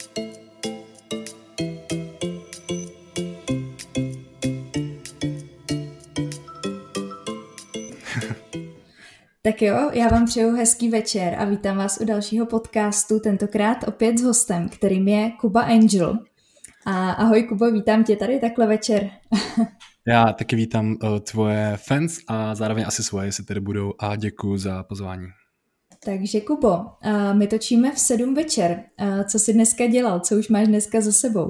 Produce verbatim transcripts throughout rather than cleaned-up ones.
Tak jo, já vám přeju hezký večer a vítám vás u dalšího podcastu, tentokrát opět s hostem, kterým je Kuba Angel. A ahoj Kubo, vítám tě tady takhle večer. Já taky vítám uh, tvoje fans a zároveň asi svoje, jestli tady budou, a děkuji za pozvání. Takže Kubo, uh, my točíme v sedm večer. Uh, co jsi dneska dělal? Co už máš dneska za sebou?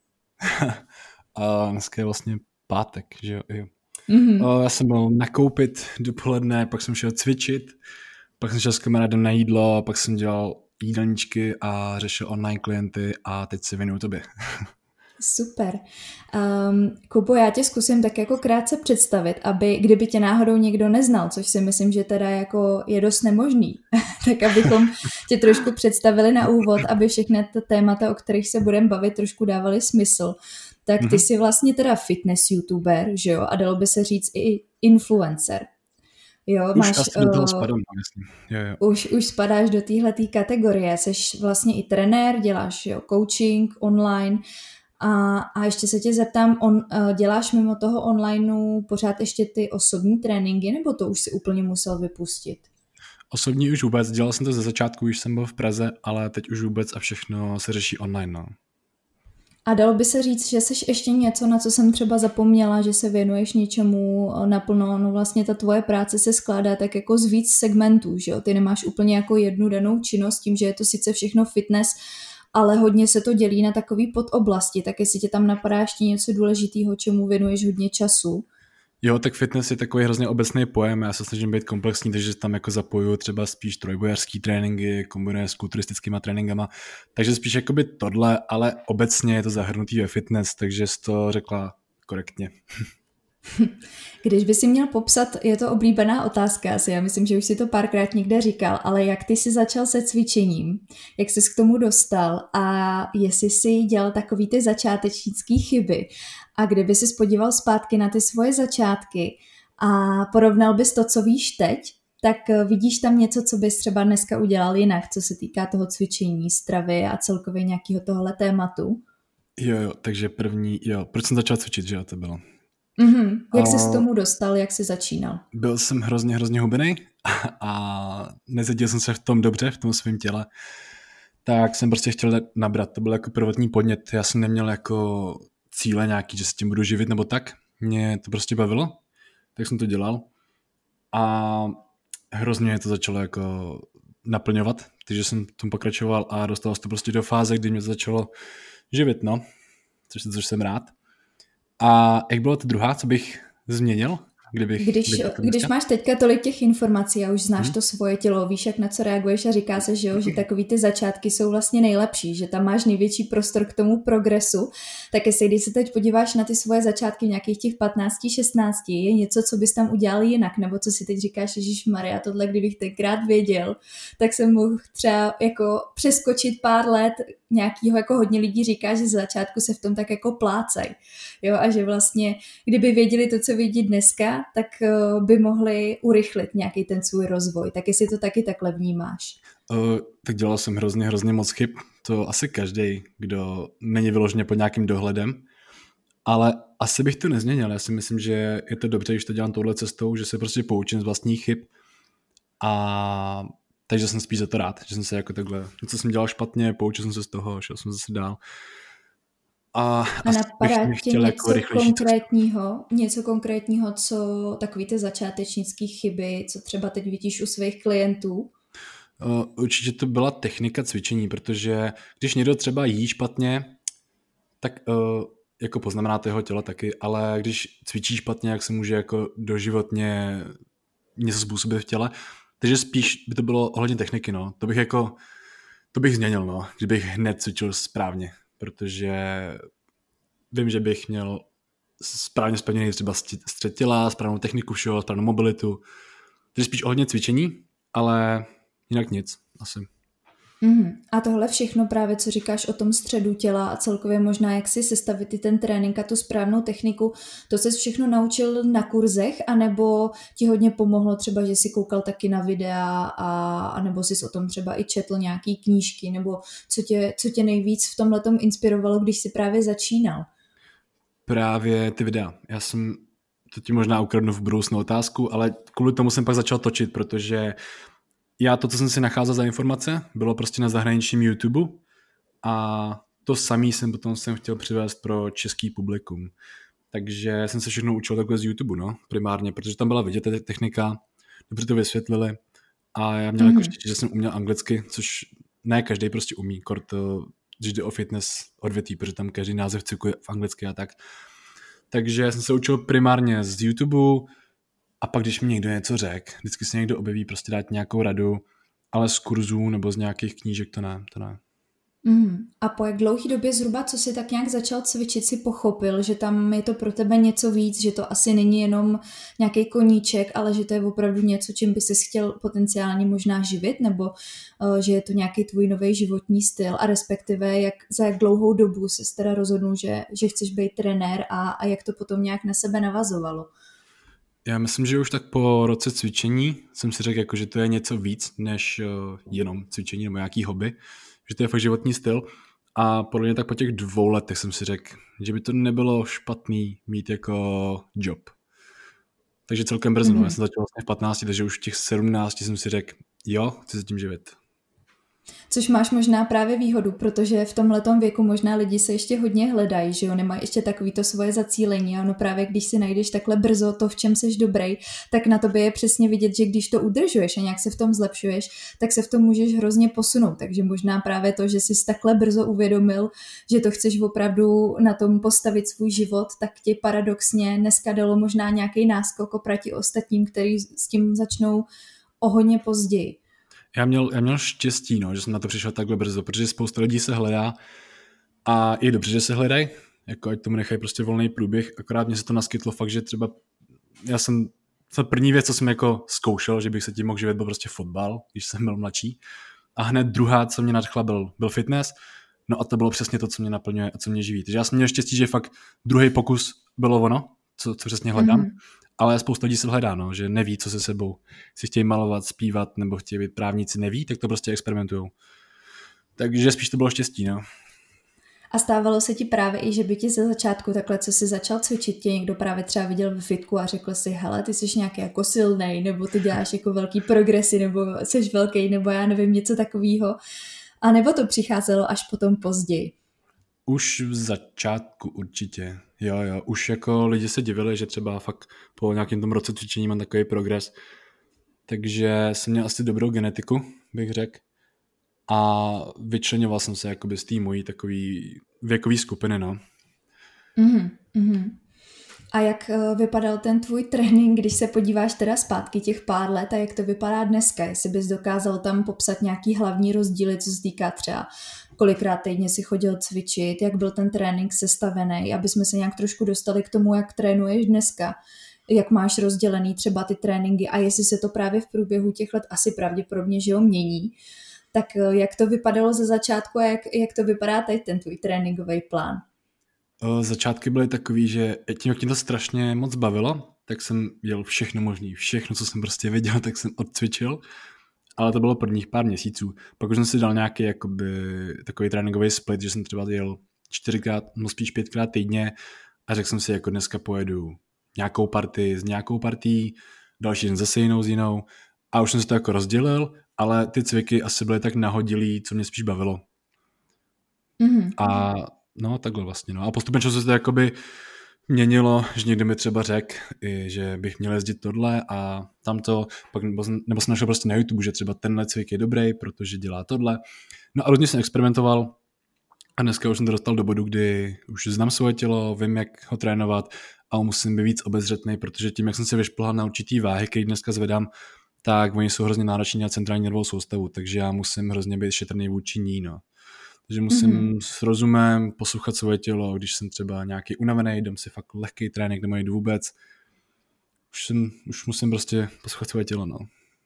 uh, dneska je vlastně pátek, že jo? jo. Mm-hmm. Uh, já jsem byl nakoupit dopoledne, pak jsem šel cvičit, pak jsem šel s kamarádem na jídlo, pak jsem dělal jídelníčky a řešil online klienty a teď se věnuju tobě. Super. Um, Kubo, já tě zkusím tak jako krátce představit, aby kdyby tě náhodou někdo neznal, což si myslím, že teda jako je dost nemožný, tak abychom tě trošku představili na úvod, aby všechny ty témata, o kterých se budeme bavit, trošku dávaly smysl. Tak ty mm-hmm. jsi vlastně teda fitness youtuber, že jo? A dalo by se říct i influencer. Jo, už máš, asi do toho spadám, myslím. Jo, jo. Už, už spadáš do téhletý kategorie, jsi vlastně i trenér, děláš jo, coaching online a, a ještě se tě zeptám, on, uh, děláš mimo toho onlineu pořád ještě ty osobní tréninky, nebo to už si úplně musel vypustit? Osobní už vůbec, dělal jsem to ze začátku, už jsem byl v Praze, ale teď už vůbec a všechno se řeší online, no. A dalo by se říct, že jsi ještě něco, na co jsem třeba zapomněla, že se věnuješ něčemu naplno, no vlastně ta tvoje práce se skládá tak jako z víc segmentů, že jo? Ty nemáš úplně jako jednu danou činnost, tím, že je to sice všechno fitness, ale hodně se to dělí na takový podoblasti, tak jestli tě tam napadá ještě něco důležitého, čemu věnuješ hodně času. Jo, tak fitness je takový hrozně obecný pojem, já se snažím být komplexní, takže tam jako zapojuju třeba spíš trojbojařský tréninky, kombinuje s kulturistickýma tréninkama, takže spíš jakoby tohle, ale obecně je to zahrnutý ve fitness, takže jsi to řekla korektně. Když by si měl popsat, je to oblíbená otázka asi, já myslím, že už si to párkrát někde říkal, ale jak ty jsi začal se cvičením, jak jsi k tomu dostal a jestli jsi dělal takový ty začátečnické chyby a kdyby jsi podíval zpátky na ty svoje začátky a porovnal bys to, co víš teď, tak vidíš tam něco, co bys třeba dneska udělal jinak, co se týká toho cvičení, stravy a celkově nějakého tohle tématu? Jo, jo, takže první, jo, proč jsem začal cvičit, že jo, to bylo. Mm-hmm. Jak jsi s tomu dostal, jak jsi začínal? Byl jsem hrozně, hrozně hubený a, a necítil jsem se v tom dobře, v tom svém těle, tak jsem prostě chtěl nabrat, to byl jako prvotní podnět, já jsem neměl jako cíle nějaký, že se tím budu živit nebo tak, mě to prostě bavilo, tak jsem to dělal a hrozně mě to začalo jako naplňovat, takže jsem tom pokračoval a dostal se to prostě do fáze, kdy mě to začalo živit, no, což, což jsem rád. A jak byla to druhá, co bych změnil? Kdybych, když, kdybych když máš teďka tolik těch informací a už znáš hmm. to svoje tělo, víš, jak na co reaguješ a říká se, že, jo, že takový ty začátky jsou vlastně nejlepší, že tam máš největší prostor k tomu progresu, tak jestli když se teď podíváš na ty svoje začátky nějakých těch patnáct šestnáct, je něco, co bys tam udělal jinak, nebo co si teď říkáš, ježišmarja, tohle kdybych tenkrát věděl, tak jsem mohl třeba jako přeskočit pár let nějakýho, jako hodně lidí říká, že z začátku se v tom tak jako plácej, jo, a že vlastně, kdyby věděli to, co vědí dneska, tak uh, by mohli urychlit nějaký ten svůj rozvoj. Tak jestli to taky takhle vnímáš? Uh, tak dělal jsem hrozně, hrozně moc chyb. To asi každý, kdo není vyloženě pod nějakým dohledem. Ale asi bych to nezměnil. Já si myslím, že je to dobře, když to dělám touhle cestou, že se prostě poučím z vlastních chyb. A takže jsem spíš za to rád, že jsem se jako takhle, něco jsem dělal špatně, poučil jsem se z toho, šel jsem zase dál. A, a napadá tě něco jako konkrétního, něco konkrétního, co takový ty začátečnické chyby, co třeba teď vidíš u svých klientů? Uh, určitě to byla technika cvičení, protože když někdo třeba jí špatně, tak uh, jako poznamená to jeho tělo taky, ale když cvičí špatně, jak se může jako doživotně něco způsobit v těle, takže spíš by to bylo ohledně techniky, no. To bych jako, to bych změnil, no, kdybych hned cvičil správně. Protože vím, že bych měl správně spevněný třeba střed těla, správnou techniku všeho, správnou mobilitu. Takže spíš o hodně cvičení, ale jinak nic, asi. Mm. A tohle všechno právě, co říkáš o tom středu těla a celkově možná, jak si sestavit i ten trénink a tu správnou techniku, to ses všechno naučil na kurzech, anebo ti hodně pomohlo třeba, že jsi koukal taky na videa a, a nebo jsi o tom třeba i četl nějaký knížky, nebo co tě, co tě nejvíc v tomhletom inspirovalo, když jsi právě začínal? Právě ty videa. Já jsem, to ti možná ukradnu v budoucnu otázku, ale kvůli tomu jsem pak začal točit, protože já to, co jsem si nacházel za informace, bylo prostě na zahraničním YouTube a to samý jsem potom jsem chtěl přivést pro český publikum. Takže jsem se všechno učil takhle z YouTube, no, primárně, protože tam byla vidět ta technika, dobře to vysvětlili a já měl mm. jako štěstí, že jsem uměl anglicky, což ne každý prostě umí, kort, když jde o fitness odvětví, protože tam každý název cykuje v anglicky a tak. Takže jsem se učil primárně z YouTube a pak, když mi někdo něco řekl, vždycky se někdo objeví prostě dát nějakou radu, ale z kurzů nebo z nějakých knížek to ne, to ne. Mm. A po jak dlouhý době zhruba, co jsi tak nějak začal cvičit, si pochopil, že tam je to pro tebe něco víc, že to asi není jenom nějaký koníček, ale že to je opravdu něco, čím by ses chtěl potenciálně možná živit, nebo uh, že je to nějaký tvůj nový životní styl a respektive jak, za jak dlouhou dobu jsi teda rozhodnul, že, že chceš být trenér a, a jak to potom nějak na sebe navazovalo? Já myslím, že už tak po roce cvičení jsem si řekl, jako, že to je něco víc než uh, jenom cvičení nebo nějaký hobby, že to je fakt životní styl a podle mě tak po těch dvou letech jsem si řekl, že by to nebylo špatný mít jako job. Takže celkem brzo, mm-hmm. no, já jsem začal vlastně v patnácti, takže už v těch sedmnácti jsem si řekl, jo, chci se tím živit. Což máš možná právě výhodu, protože v tomhletom věku možná lidi se ještě hodně hledají, že jo, nemají ještě takový to svoje zacílení a ono právě když si najdeš takhle brzo to, v čem seš dobrý, tak na tobě je přesně vidět, že když to udržuješ a nějak se v tom zlepšuješ, tak se v tom můžeš hrozně posunout, takže možná právě to, že jsi takhle brzo uvědomil, že to chceš opravdu na tom postavit svůj život, tak ti paradoxně dneska dalo možná nějaký náskok oproti ostatním, který s tím začnou o hodně později. Já měl, já měl štěstí, no, že jsem na to přišel takhle brzo, protože spousta lidí se hledá a je dobře, že se hledají, jako ať tomu nechají prostě volný průběh, akorát mě se to naskytlo fakt, že třeba já jsem, to první věc, co jsem jako zkoušel, že bych se tím mohl živit, byl prostě fotbal, když jsem byl mladší a hned druhá, co mě nadchla, byl, byl fitness, no a to bylo přesně to, co mě naplňuje a co mě živí. Takže já jsem měl štěstí, že fakt druhý pokus bylo ono, co, co přesně hledám. Mm-hmm. Ale spousta lidí se hledá, no, že neví, co se sebou. Si chtějí malovat, zpívat, nebo chtějí být právníci, neví, tak to prostě experimentujou. Takže spíš to bylo štěstí, no. A stávalo se ti právě i, že by ti ze začátku takhle, co jsi začal cvičit, tě někdo právě třeba viděl v fitku a řekl si, hele, ty jsi nějaký jako silnej, nebo ty děláš jako velký progresy, nebo jsi velký, nebo já nevím, něco takového. A nebo to přicházelo až potom později? Už v začátku určitě. Jo, jo. Už jako lidi se divili, že třeba fakt po nějakém tom roce cvičení mám takový progres. Takže jsem měl asi dobrou genetiku, bych řekl. A vyčleňoval jsem se jakoby z té mojí takový věkový skupiny, no. Mhm, mhm. A jak vypadal ten tvůj trénink, když se podíváš teda zpátky těch pár let a jak to vypadá dneska? Jestli bys dokázal tam popsat nějaký hlavní rozdíly, co se týká třeba kolikrát týdně si chodil cvičit, jak byl ten trénink sestavený, aby jsme se nějak trošku dostali k tomu, jak trénuješ dneska, jak máš rozdělený třeba ty tréninky a jestli se to právě v průběhu těch let asi pravděpodobně, že jo, mění. Tak jak to vypadalo ze začátku a jak, jak to vypadá teď ten tvůj tréninkový plán? Začátky byly takový, že tím, jak mě to strašně moc bavilo, tak jsem dělal všechno možný, všechno, co jsem prostě viděl, tak jsem odcvičil, ale to bylo prvních pár měsíců. Pak už jsem si dal nějaký jakoby, takový tréninkový split, že jsem třeba dělal čtyřikrát, no spíš pětkrát týdně a řekl jsem si, jako dneska pojedu nějakou partii s nějakou partií, další den zase jinou s jinou a už jsem si to jako rozdělil, ale ty cviky asi byly tak nahodilý, co mě spíš bavilo. Mm-hmm. A no, takhle vlastně. No. A postupně se to jakoby měnilo, že někdo mi třeba řekl, že bych měl jezdit tohle a tamto, pak, nebo, jsem, nebo jsem našel prostě na YouTube, že třeba tenhle cvik je dobrý, protože dělá tohle. No a různě jsem experimentoval a dneska už jsem to dostal do bodu, kdy už znám svoje tělo, vím, jak ho trénovat a musím být víc obezřetný, protože tím, jak jsem se vyšplhal na určitý váhy, který dneska zvedám, tak oni jsou hrozně nároční na centrální nervovou soustavu, takže já musím hrozně být šetrný vůči ní, no. Takže musím mm-hmm. s rozumem poslouchat svoje tělo, když jsem třeba nějaký unavený, dám si fakt lehký trénink, nemám jít vůbec. Už, jsem, už musím prostě poslouchat svoje tělo, no.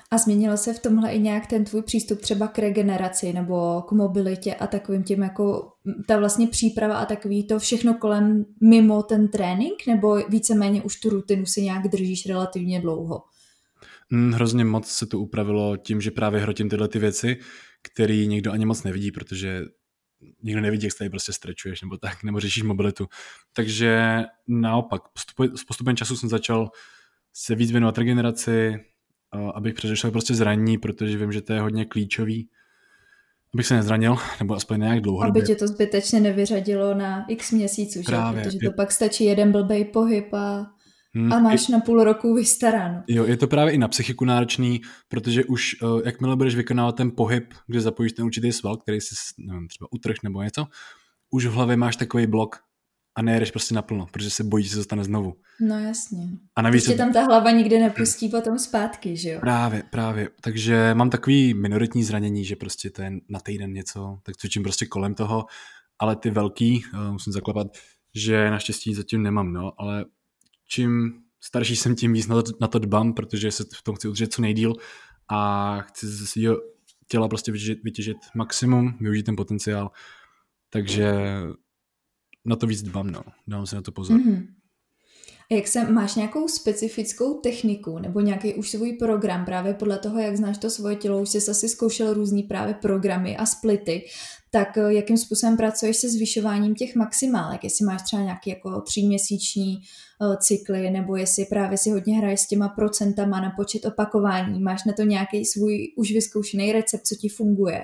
A změnil se v tomhle i nějak ten tvůj přístup třeba k regeneraci nebo k mobilitě a takovým tím jako ta vlastně příprava a takový to všechno kolem mimo ten trénink, nebo víceméně už tu rutinu si nějak držíš relativně dlouho? Mm, hrozně moc se to upravilo tím, že právě hrotím tyhle ty věci, které nikdo ani moc nevidí, protože nikdo nevidí, jak se tady prostě strečuješ nebo tak, nebo řešíš mobilitu. Takže naopak, s postupem času jsem začal se víc věnovat regeneraci, abych předešel prostě zranění, protože vím, že to je hodně klíčový, abych se nezranil, nebo aspoň nějak dlouhodobě. Aby tě to zbytečně nevyřadilo na x měsíců, Právě, že? Protože je... to pak stačí jeden blbej pohyb a, hmm, a máš je... na půl roku vystaráno. Jo, je to právě i na psychiku náročný, protože už jakmile budeš vykonávat ten pohyb, kde zapojíš ten určitý sval, který si nevím, třeba utrh nebo něco, už v hlavě máš takový blok a nejedeš prostě naplno, protože se bojíš, že se dostane znovu. No jasně. A navíc prostě tam ta hlava nikdy nepustí potom zpátky, že jo? Právě, právě. Takže mám takový minoritní zranění, že prostě to je na týden něco, tak cvičím prostě kolem toho, ale ty velký, uh, musím zaklepat, že naštěstí zatím nemám, no, ale čím starší jsem, tím víc na to, na to dbám, protože se v tom chci udržet co nejdýl a chci ze svého těla prostě vytěžit, vytěžit maximum, využít ten potenciál, takže na to víc dbám, no, dám si na to pozor. Mm-hmm. Jak se, máš nějakou specifickou techniku nebo nějaký už svůj program právě podle toho, jak znáš to svoje tělo, už jsi asi zkoušel různý právě programy a splity, tak jakým způsobem pracuješ se zvyšováním těch maximálek, jestli máš třeba nějaký jako tříměsíční uh, cykly, nebo jestli právě si hodně hraješ s těma procentama na počet opakování, máš na to nějaký svůj už vyzkoušený recept, co ti funguje?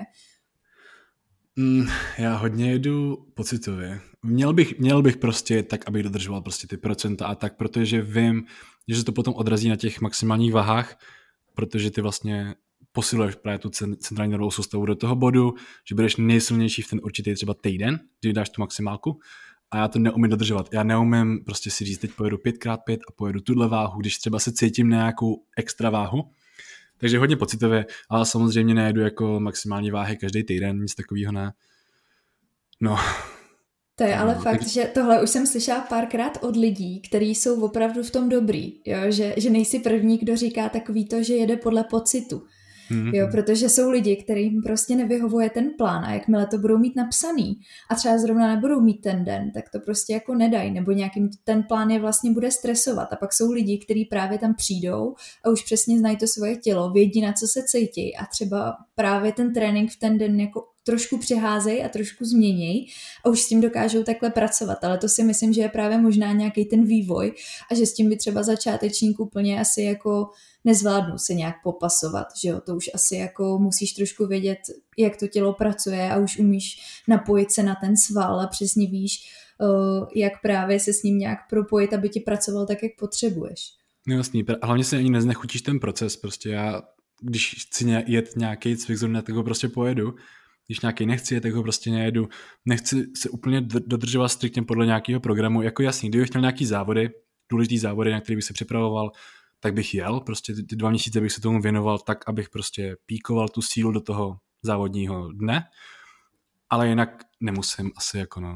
Mm, já hodně jedu pocitově. Měl bych, měl bych prostě tak, abych dodržoval prostě ty procenta a tak, protože vím, že se to potom odrazí na těch maximálních vahách, protože ty vlastně posiluješ právě tu centrální nervovou soustavu do toho bodu, že budeš nejsilnější v ten určitý třeba týden, kdy dáš tu maximálku a já to neumím dodržovat. Já neumím prostě si říct, teď pojedu pět krát pět a pojedu tuhle váhu, když třeba se cítím na nějakou extra váhu. Takže hodně pocitově, ale samozřejmě nejedu jako maximální váhy každý týden, nic takového ne. No. To je ale no, fakt, tak... že tohle už jsem slyšela párkrát od lidí, kteří jsou opravdu v tom dobrý, jo? Že, že nejsi první, kdo říká takový to, že jede podle pocitu. Mm-hmm. Jo, protože jsou lidi, kterým prostě nevyhovuje ten plán a jakmile to budou mít napsaný a třeba zrovna nebudou mít ten den, tak to prostě jako nedají, nebo nějakým ten plán je vlastně bude stresovat a pak jsou lidi, kteří právě tam přijdou a už přesně znají to svoje tělo, vědí, na co se cítí a třeba právě ten trénink v ten den jako trošku přeházejí a trošku změnějí a už s tím dokážou takhle pracovat, ale to si myslím, že je právě možná nějaký ten vývoj a že s tím by třeba začátečník úplně asi jako nezvládnu se nějak popasovat, že jo, to už asi jako musíš trošku vědět, jak to tělo pracuje a už umíš napojit se na ten sval a přesně víš, jak právě se s ním nějak propojit, aby ti pracoval tak, jak potřebuješ. No jasný, a hlavně se ani neznechutíš ten proces, prostě já, když chci jet nějaký cvik zrovna, tak ho prostě pojedu, když nějaký nechci, tak ho prostě nejedu, nechci se úplně dodržovat striktně podle nějakého programu, jako jasný, kdybych chtěl nějaký závody, důležitý závody, na který bych se připravoval, tak bych jel, prostě ty dva měsíce bych se tomu věnoval tak, abych prostě píkoval tu sílu do toho závodního dne, ale jinak nemusím asi jako no.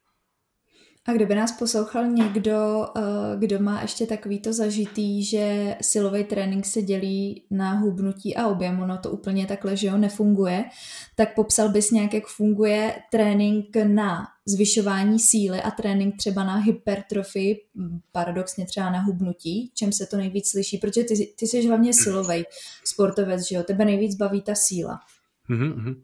A kdyby nás poslouchal někdo, kdo má ještě takovýto zažitý, že silový trénink se dělí na hubnutí a objem, ono to úplně takhle, že jo, nefunguje, tak popsal bys nějak, jak funguje trénink na zvyšování síly a trénink třeba na hypertrofii, paradoxně třeba na hubnutí, čem se to nejvíc slyší, protože ty, ty jsi hlavně silovej sportovec, že jo, tebe nejvíc baví ta síla. Mm-hmm.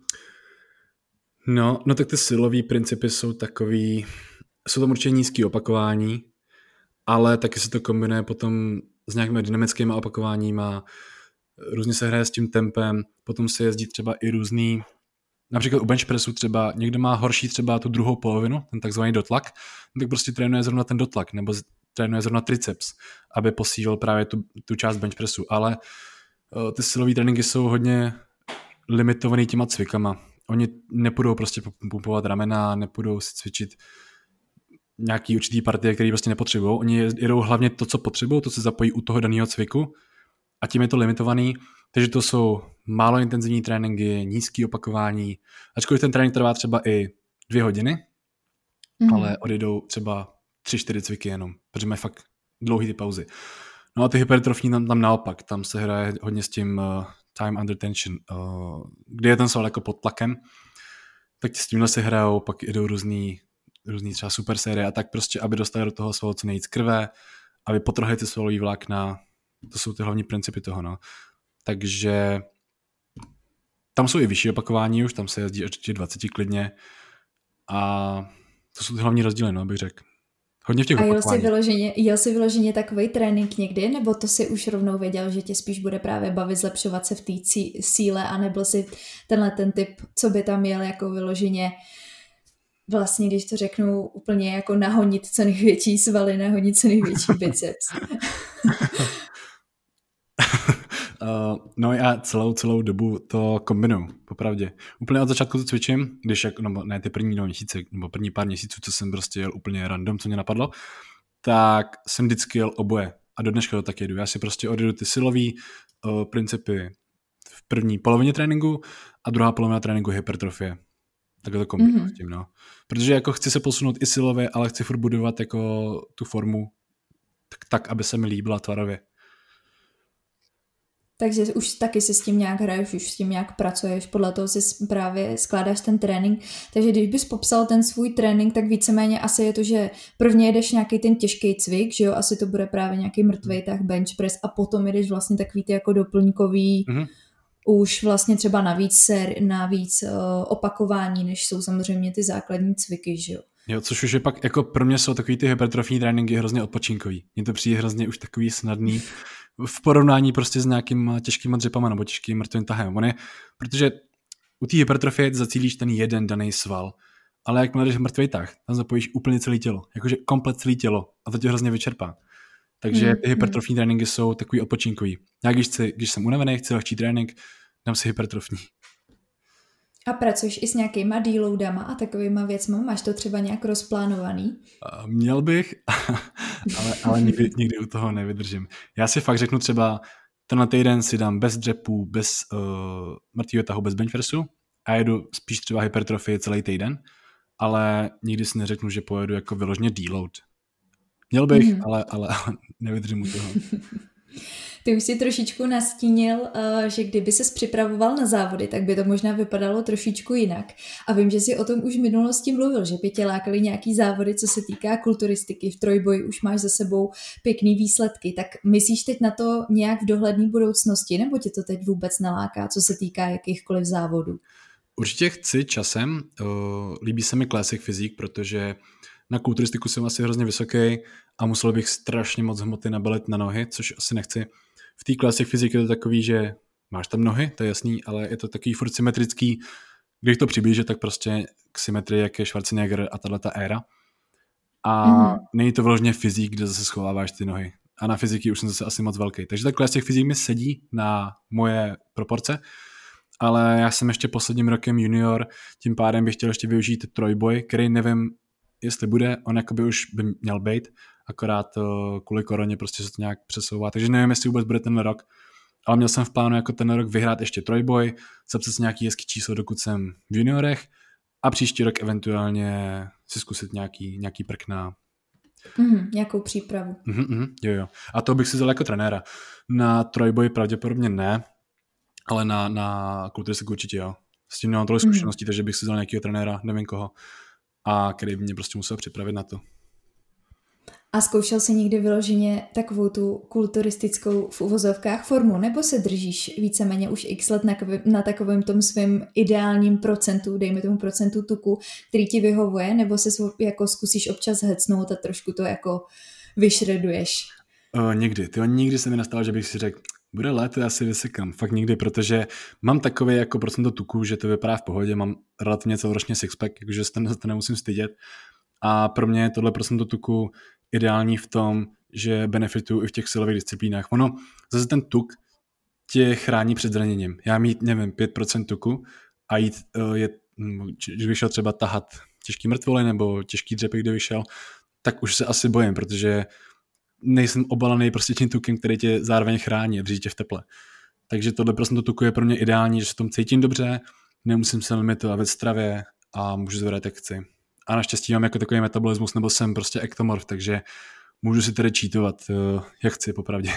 No, no tak ty silový principy jsou takový, jsou tam určitě nízké opakování, ale taky se to kombinuje potom s nějakými dynamickými opakováníma, různě se hraje s tím tempem, potom se jezdí třeba i různý, například u bench pressu třeba, někdo má horší třeba tu druhou polovinu, ten takzvaný dotlak, tak prostě trénuje zrovna ten dotlak, nebo trénuje zrovna triceps, aby posílil právě tu, tu část bench pressu, ale uh, ty silové tréninky jsou hodně limitovaný těma cvikama. Oni nepůjdou prostě pumpovat ramena, nepůjdou si cvičit nějaký určitý partie, který prostě nepotřebují. Oni jedou hlavně to, co potřebují, to se zapojí u toho daného cviku a tím je to limitovaný. Takže to jsou málo intenzivní tréninky, nízké opakování, ačkoliv ten trénink trvá třeba i dvě hodiny, mm. ale odjedou třeba tři, čtyři cviky jenom, protože mají fakt dlouhý ty pauzy. No a ty hypertrofní tam, tam naopak, tam se hraje hodně s tím uh, time under tension, uh, kdy je ten sval jako pod tlakem, tak s tímhle se hrajou, pak jdou různý, různý třeba super série a tak prostě, aby dostali do toho svalu co nejvíc krve, aby potrhli ty svalový vlákna, to jsou ty hlavní principy toho, no. Takže tam jsou i vyšší opakování už, tam se jezdí až do dvacet klidně a to jsou ty hlavní rozdíly, no, bych řekl. Hodně v těch a jel opakování. si, vyloženě, jel si vyloženě takovej trénink někdy, nebo to si už rovnou věděl, že tě spíš bude právě bavit zlepšovat se v té síle a nebyl si tenhle ten typ, co by tam jel jako vyloženě vlastně, když to řeknu, úplně jako nahonit co největší svaly, nahonit co největší biceps. Uh, no já celou, celou dobu to kombinuju, popravdě. Úplně od začátku to cvičím, když jak, no ne ty první no, měsíce, nebo první pár měsíců, co jsem prostě jel úplně random, co mě napadlo, tak jsem vždycky jel oboje. A do dneška to tak jedu. Já si prostě odjedu ty silový uh, principy v první polovině tréninku a druhá polovina tréninku hypertrofie. Tak to kombinuju mm-hmm. s tím, no. Protože jako chci se posunout i silově, ale chci furt budovat jako tu formu tak, tak aby se mi líbila tvarově. Takže už taky si s tím nějak hraješ, už s tím nějak pracuješ, podle toho si právě skládáš ten trénink. Takže když bys popsal ten svůj trénink, tak víceméně asi je to, že prvně jedeš nějaký ten těžký cvik, že jo, asi to bude právě nějaký mrtvej tah, bench press a potom jedeš vlastně takový ty jako doplňkový, mm-hmm. už vlastně třeba na víc ser, na víc uh, opakování, než jsou samozřejmě ty základní cviky, že jo. Jo, což už je pak, jako pro mě jsou takový ty hypertrofní tréninky hrozně odpočinkový. Mně to přijde hrozně už takový snadný v porovnání prostě s nějakýma těžkýma dřepama nebo těžkým mrtvým tahem. On je, protože u té hypertrofie zacílíš ten jeden daný sval, ale jak jdeš mrtvý tah, tam zapojíš úplně celé tělo, jakože komplet celé tělo a to tě hrozně vyčerpá. Takže ty hypertrofní tréninky jsou takový odpočinkový. Já když, chci, když jsem unavený, chci lehčí trénink, dám si hypertrofní. A pracuješ i s nějakýma deloadama a takovýma věcma? Máš to třeba nějak rozplánovaný? Měl bych, ale, ale nikdy, nikdy u toho nevydržím. Já si fakt řeknu třeba, tenhle týden si dám bez dřepů, bez uh, mrtvýho tahu, bez benchpressu a jedu spíš třeba hypertrofii celý týden, ale nikdy si neřeknu, že pojedu jako vyloženě deload. Měl bych, mm-hmm. ale, ale, ale nevydržím u toho. Ty už si trošičku nastínil, že kdyby ses připravoval na závody, tak by to možná vypadalo trošičku jinak. A vím, že jsi o tom už v minulosti mluvil, že by tě lákaly nějaký závody, co se týká kulturistiky. V trojboji už máš za sebou pěkný výsledky. Tak myslíš teď na to nějak v dohledné budoucnosti, nebo tě to teď vůbec naláká, co se týká jakýchkoliv závodů? Určitě chci časem. Líbí se mi classic fyzik, protože na kulturistiku jsem asi hrozně vysoký a musel bych strašně moc hmoty nabalit na nohy, což asi nechci. V té classic fyzik je to takový, že máš tam nohy, to je jasný, ale je to takový furt symetrický. Když to přiblíže, tak prostě k symetrii, jak je Schwarzenegger a tato éra. A mm. není to vyloženě fyzik, kde zase schováváš ty nohy. A na fyziky už jsem zase asi moc velký. Takže ta classic fyzik mi sedí na moje proporce, ale já jsem ještě posledním rokem junior, tím pádem bych chtěl ještě využít trojboj, který nevím, jestli bude, on jakoby už by měl být, akorát uh, kvůli koroně prostě se to nějak přesouvá, takže nevím, jestli vůbec bude ten rok, ale měl jsem v plánu jako ten rok vyhrát ještě trojboj, zapsat si nějaký hezký číslo, dokud jsem v juniorech a příští rok eventuálně si zkusit nějaký, nějaký prk na... Mm, nějakou přípravu. Mm, mm, jo, jo. A to bych si vzal jako trenéra. Na trojboj pravděpodobně ne, ale na, na kulturistiku určitě jo. S tím nemám tolik zkušeností, mm. takže bych si vzal nějakého trenéra, nevím koho, a který by mě prostě musel připravit na to. A zkoušel jsi někdy vyloženě takovou tu kulturistickou v uvozovkách formu, nebo se držíš víceméně už x let na, na takovém tom svém ideálním procentu, dejme tomu procentu tuku, který ti vyhovuje, nebo se jako zkusíš občas hecnout a trošku to jako vyšreduješ? Uh, nikdy. Tyjo, nikdy se mi nestalo, že bych si řekl, bude léto, já si vysekám. Fakt nikdy, protože mám takové jako procento tuku, že to vypadá v pohodě, mám relativně celoročně sixpack, takže se to nemusím stydět. A pro mě je tohle procento tuku ideální v tom, že benefituju i v těch silových disciplínách. Ono, zase ten tuk tě chrání před zraněním. Já mít, nevím, pět procent tuku a jít, je, když bych šel třeba tahat těžký mrtvoly nebo těžký dřepy, kde vyšel, tak už se asi bojím, protože nejsem obalený prostě tím tukem, který tě zároveň chrání a drží tě v teple. Takže tohle procento tuku je pro mě ideální, že se v tom cítím dobře, nemusím se limitovat ve stravě a můžu zvedat, jak chci. A naštěstí mám jako takový metabolismus, nebo jsem prostě ektomorf, takže můžu si tedy cheatovat, jak chci, popravdě.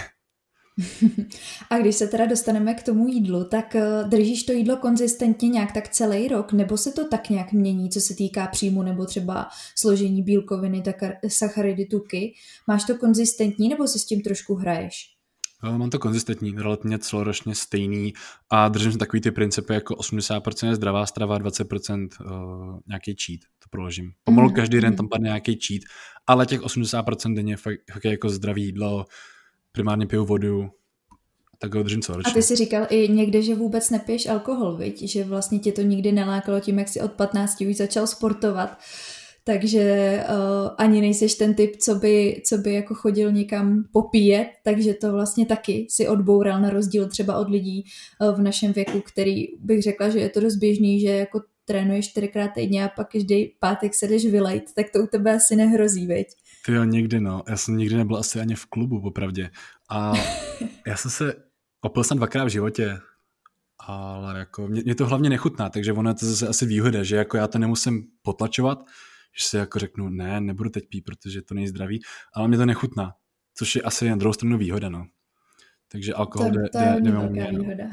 A když se teda dostaneme k tomu jídlu, tak držíš to jídlo konzistentně nějak tak celý rok, nebo se to tak nějak mění, co se týká příjmu, nebo třeba složení bílkoviny, sacharidy, tuky? Máš to konzistentní, nebo si s tím trošku hraješ? Mám to konzistentní, relativně celoročně stejný a držím se takový ty principy jako osmdesát procent je zdravá strava, dvacet procent uh, nějaký cheat, to proložím. Pomalu mm, každý mm. den tam padne nějaký cheat, ale těch osmdesát procent denně fakt, fakt je jako zdravý jídlo, primárně piju vodu, tak ho držím celoročně. A ty jsi říkal i někde, že vůbec nepiješ alkohol, viď? Že vlastně tě to nikdy nelákalo tím, jak jsi od patnácti už začal sportovat. Takže uh, ani nejseš ten typ, co by, co by jako chodil někam popíjet, takže to vlastně taky si odboural na rozdíl třeba od lidí uh, v našem věku, který bych řekla, že je to dost běžný, že jako trénuješ čtyřikrát týdně a pak každý pátek se jdeš vylejt, tak to u tebe asi nehrozí, viď? Ty jo, někdy no. Já jsem nikdy nebyl asi ani v klubu, popravdě. A já jsem se opil jsem dvakrát v životě, ale jako mě, mě to hlavně nechutná, takže ono je to zase asi výhoda, že jako já to nemusím potlačovat, že si jako řeknu, ne, nebudu teď pít, protože to není zdravý, ale mě to nechutná, což je asi na druhou stranu výhoda, no. Takže alkohol to, jde, to jde, je jde velká výhoda.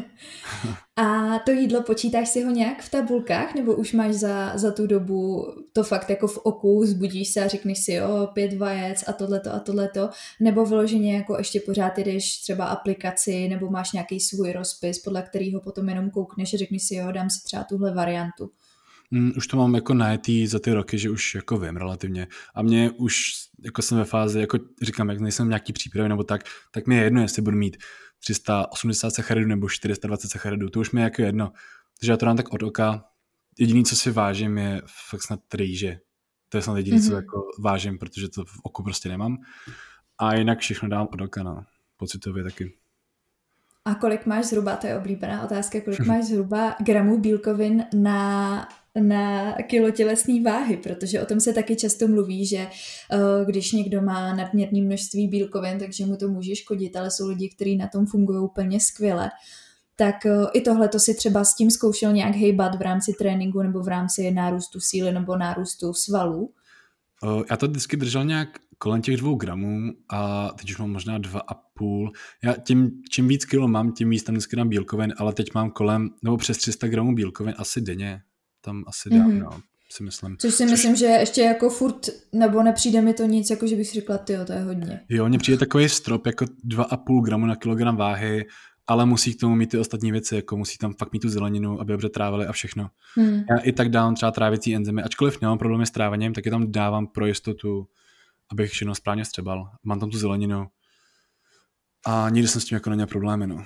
A to jídlo počítáš si ho nějak v tabulkách, nebo už máš za, za tu dobu to fakt jako v oku, zbudíš se a řekneš si, jo, pět vajec a tohleto a tohleto, nebo vyloženě jako ještě pořád jdeš třeba aplikaci, nebo máš nějaký svůj rozpis, podle kterého potom jenom koukneš a řekneš si, jo, dám si třeba tuhle variantu. Mm, už to mám jako najetý za ty roky, že už jako vím relativně. A mě už jako jsem ve fázi, jako říkám, jak nejsem nějaký přípravy nebo tak, tak mi je jedno, jestli budu mít tři sta osmdesát sacharidů nebo čtyři sta dvacet sacharidů, to už mi je jako jedno. Takže já to dám tak od oka. Jediný, co si vážím, je fakt snad rýže. To je snad jediný, mm-hmm. co jako vážím, protože to v oku prostě nemám. A jinak všechno dám od oka, no. Pocitově taky. A kolik máš zhruba, to je oblíbená otázka, kolik máš zhruba gramů bílkovin na, na kilo tělesné váhy, protože o tom se taky často mluví, že uh, když někdo má nadměrné množství bílkovin, takže mu to může škodit, ale jsou lidi, kteří na tom fungují úplně skvěle. Tak uh, i tohle to si třeba s tím zkoušel nějak hejbat v rámci tréninku nebo v rámci nárůstu síly nebo nárůstu svalů? Uh, já to vždycky držel nějak kolem těch dvou gramů a teď už mám možná dva a půl. Já tím, čím víc kilo mám, tím víc tam vždycky dám bílkovin, ale teď mám kolem, nebo přes tři sta gramů bílkovin asi denně. Tam asi dám, mm-hmm. no, si myslím. Což si Což... myslím, že ještě jako furt, nebo nepřijde mi to nic, jako že bych si řekla, tyjo, to je hodně. Jo, mně přijde takový strop, jako dva a půl gramu na kilogram váhy, ale musí k tomu mít ty ostatní věci, jako musí tam fakt mít tu zeleninu, aby dobře trávili a všechno. Hmm. Já i tak dávám třeba trávicí enzymy, ačkoliv nemám problémy s trávením, tak je tam dávám pro jistotu, abych všechno správně vstřebal. Mám tam tu zeleninu a nikdy jsem s tím jako neměl problémy, no.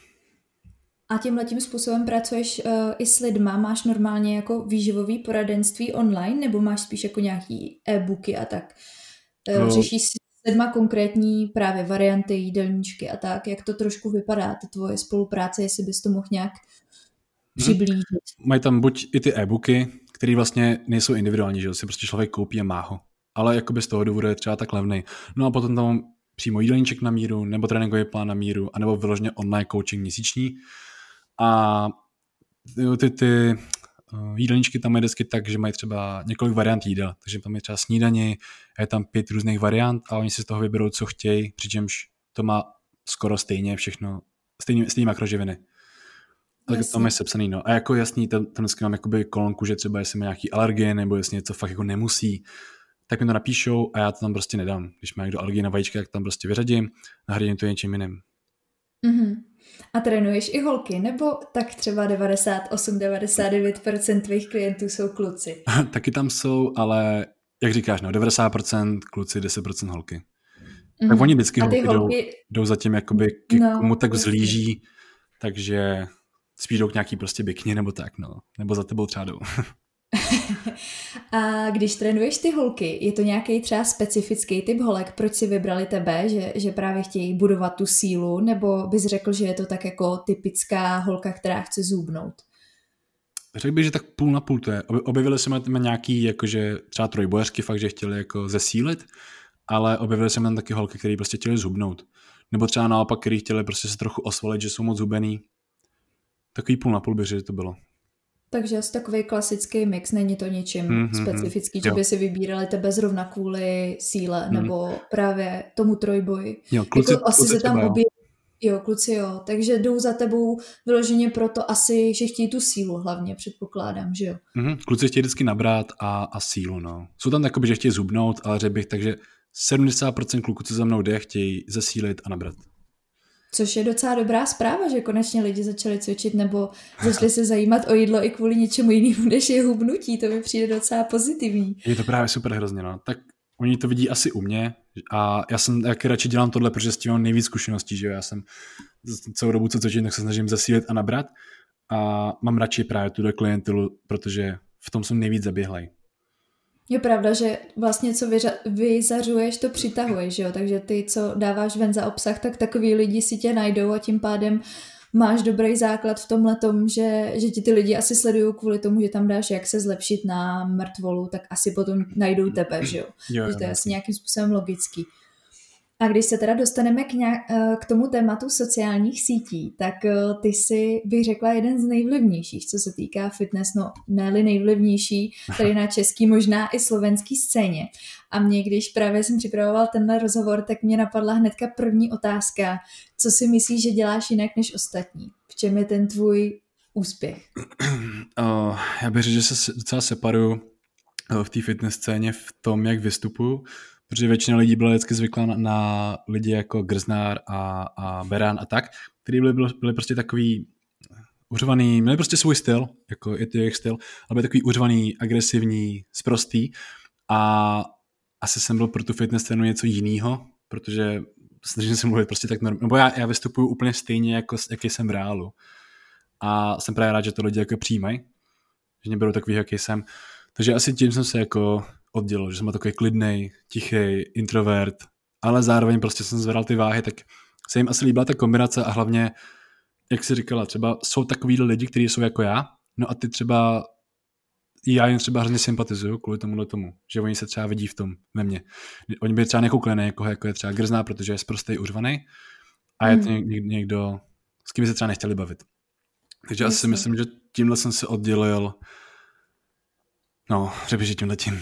A tímhletím způsobem pracuješ uh, i s lidma? Máš normálně jako výživový poradenství online, nebo máš spíš jako nějaký e-booky a tak? Uh, no. Řešíš si s lidma konkrétní právě varianty, jídelníčky a tak? Jak to trošku vypadá, ta tvoje spolupráce, jestli bys to mohl nějak přiblížit? Hmm. Mají tam buď i ty e-booky, které vlastně nejsou individuální, že si prostě člověk koupí a má ho. Ale jakoby z toho důvodu je třeba tak levný. No a potom tam přímo jídelníček na míru, nebo tréninkový plán na míru, anebo vyloženě online coaching měsíční. A ty, ty jídelníčky tam je vždycky tak, že mají třeba několik variant jídel. Takže tam je třeba snídani, je tam pět různých variant a oni si z toho vyberou, co chtějí, přičemž to má skoro stejně všechno, stejný, stejný makroživiny. Tak to je sepsaný, no. A jako jasný, tam, tam dneska mám jakoby kolonku, že třeba jestli má nějaký alergie, nebo jestli něco fakt jako nemusí, tak mi to napíšou a já to tam prostě nedám. Když má někdo alergii na vajíčka, tak tam prostě vyřadím, nahradím to něčím jiným. Mm-hmm. A trénuješ i holky, nebo tak třeba devadesát osm devadesát devět procent tvých klientů jsou kluci? Taky tam jsou, ale jak říkáš, no, devadesát procent kluci, deset procent holky. Mm-hmm. Tak oni vždycky holky, holky jdou, jdou zatím jakoby k no, komu tak vzlíží, takže spíš jdou k nějaký prostě bikini nebo tak, no. Nebo za tebou třeba jdou. A když trénuješ ty holky, je to nějaký třeba specifický typ holek, proč si vybrali tebe, že, že právě chtějí budovat tu sílu, nebo bys řekl, že je to tak jako typická holka, která chce zhubnout? Řekl bych, že tak půl na půl to je. Objevili jsme tam nějaký jakože třeba trojbojařky fakt, že chtěli jako zesílit, ale objevili jsme tam taky holky, které prostě chtěli zhubnout. Nebo třeba naopak, který chtěli prostě se trochu osvalit, že jsou moc zubený. Takový půl na půl bych, že to bylo. Takže asi takový klasický mix, není to ničím Mm, mm, mm. specifický, že Jo. by si vybírali tebe zrovna kvůli síle, Mm. nebo právě tomu trojboji. Jo, kluci, Jako asi kluci se tam třeba jo. obě... Jo, kluci jo, takže jdou za tebou vyloženě proto asi, že chtějí tu sílu hlavně, předpokládám, že jo. Mm, kluci chtějí vždycky nabrat a, a sílu, no. Jsou tam takoby, že chtějí zhubnout, ale řekl bych, takže sedmdesát procent kluků, co za mnou jde, chtějí zesílit a nabrat. Což je docela dobrá zpráva, že konečně lidi začali cvičit nebo začali se zajímat o jídlo i kvůli něčemu jinému, než je hubnutí. To mi přijde docela pozitivní. Je to právě super hrozně, no. Tak oni to vidí asi u mě a já jsem taky radši dělám tohle, protože s tím mám nejvíc zkušeností, že jo. Já jsem celou dobu, co cvičím, tak se snažím zesílit a nabrat a mám radši právě tuhle klientelu, protože v tom jsem nejvíc zaběhlej. Je pravda, že vlastně co vyřa- vyzařuješ, to přitahuješ, že jo? Takže ty, co dáváš ven za obsah, tak takový lidi si tě najdou a tím pádem máš dobrý základ v tomhletom, že, že ti ty lidi asi sledují kvůli tomu, že tam dáš, jak se zlepšit na mrtvolu, tak asi potom najdou tebe, že jo? Jo, že to je jo, asi nějakým způsobem logický. A když se teda dostaneme k, nějak, k tomu tématu sociálních sítí, tak ty jsi, bych řekla, jeden z nejvlivnějších, co se týká fitness, no ne-li nejvlivnější, tady na český, možná i slovenský scéně. A mě, když právě jsem připravoval tenhle rozhovor, tak mě napadla hnedka první otázka, co si myslíš, že děláš jinak než ostatní? V čem je ten tvůj úspěch? Uh, já bych řekl, že se docela separuju v té fitness scéně v tom, jak vystupuju, protože většina lidí byla vždycky zvyklá na, na lidi jako Grznár a, a Beran a tak, kteří byli, byli prostě takový uřvaný, měli prostě svůj styl, jako je to jejich styl, ale byli takový uřvaný, agresivní, sprostý a asi jsem byl pro tu fitness scénu něco jiného, protože snažím se mluvit prostě tak normálně, nebo já, já vystupuju úplně stejně, jako, jaký jsem v reálu a jsem právě rád, že to lidi jako přijímají, že mě berou takový, jaký jsem, takže asi tím jsem se jako oddělil, že jsem takový klidnej, tichý, introvert, ale zároveň prostě jsem zvedal ty váhy, tak se jim asi líbila ta kombinace a hlavně, jak jsi říkala, třeba jsou takový lidi, kteří jsou jako já, no a ty třeba, já jim třeba hrozně sympatizuju kvůli tomuhle tomu, že oni se třeba vidí v tom ve mně. Oni by třeba nekoukli na někoho, jako je třeba Grzná, protože je sprostej, uřvanej a je to hmm. někdo, s kým se třeba nechtěli bavit. Takže Jasně. asi myslím, že tímhle jsem se oddělil, no, řekl bych, že tímhletím.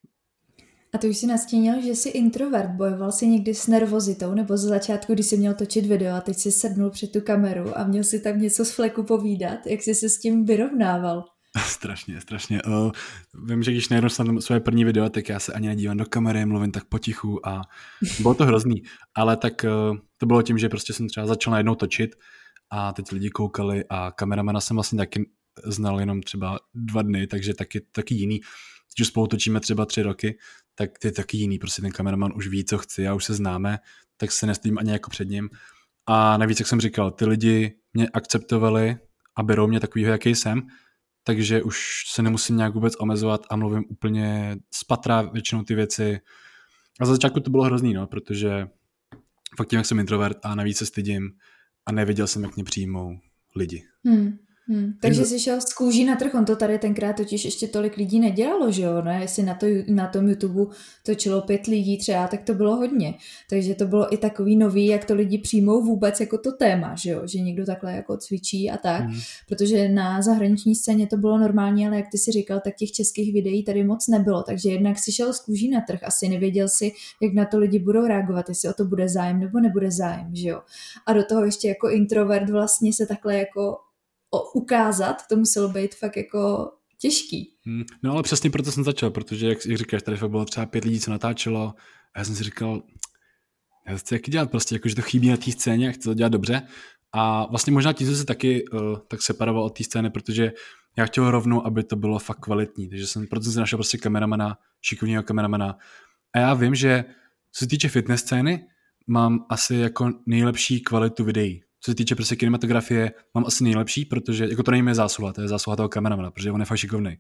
A ty už si nastínil, že jsi introvert, bojoval jsi někdy s nervozitou, nebo ze začátku, když jsi měl točit video a teď jsi sednul před tu kameru a měl si tam něco z fleku povídat, jak jsi se s tím vyrovnával? Strašně, strašně. Uh, vím, že když najednou jsem svoje první video, tak já se ani nedívám do kamery, mluvím tak potichu a bylo to hrozný, ale tak uh, to bylo tím, že prostě jsem třeba začal najednou točit a teď lidi koukali a kameramana jsem vlastně taky znal jenom třeba dva dny, takže taky, taky jiný. Když spolu točíme třeba tři roky, tak ty je taky jiný, prostě ten kameraman už ví, co chci a už se známe, tak se nestydím ani jako před ním. A navíc, jak jsem říkal, ty lidi mě akceptovali a berou mě takovýho, jaký jsem, takže už se nemusím nějak vůbec omezovat a mluvím úplně z patra většinou ty věci. A za začátku to bylo hrozný, no, protože fakt tím, jak jsem introvert a navíc se stydím a nevěděl jsem, jak mě přijmou lidi. Hmm. Hmm, takže jsi šel z kůží na trh, on to tady tenkrát totiž ještě tolik lidí nedělalo, že jo, ne? Jestli na, to, na tom YouTube točilo pět lidí třeba, tak to bylo hodně, takže to bylo i takový nový, jak to lidi přijmou vůbec jako to téma, že jo, že někdo takhle jako cvičí a tak, hmm. protože na zahraniční scéně to bylo normální, ale jak ty si říkal, tak těch českých videí tady moc nebylo, takže jednak si šel z kůží na trh, asi nevěděl si, jak na to lidi budou reagovat, jestli o to bude zájem nebo nebude zájem, že jo, a do toho ještě jako introvert vlastně se takhle jako O, ukázat, to muselo být fakt jako těžký. Hmm, no ale přesně proto jsem začal, protože jak, jak říkáš, tady fakt bylo třeba pět lidí, co natáčelo a já jsem si říkal, já chci jaký dělat prostě, jako, že to chybí na té scéně a chci to dělat dobře a vlastně možná tím jsem se taky uh, tak separoval od té scény, protože já chtěl rovnou, aby to bylo fakt kvalitní, takže jsem proto jsem si našel prostě kameramana, šikovného kameramana a já vím, že co se týče fitness scény, mám asi jako nejlepší kvalitu videí. Co se týče prostě kinematografie, mám asi nejlepší, protože jako to není mé zásluha, to je zásluha toho kameramana, protože on je fakt šikovnej.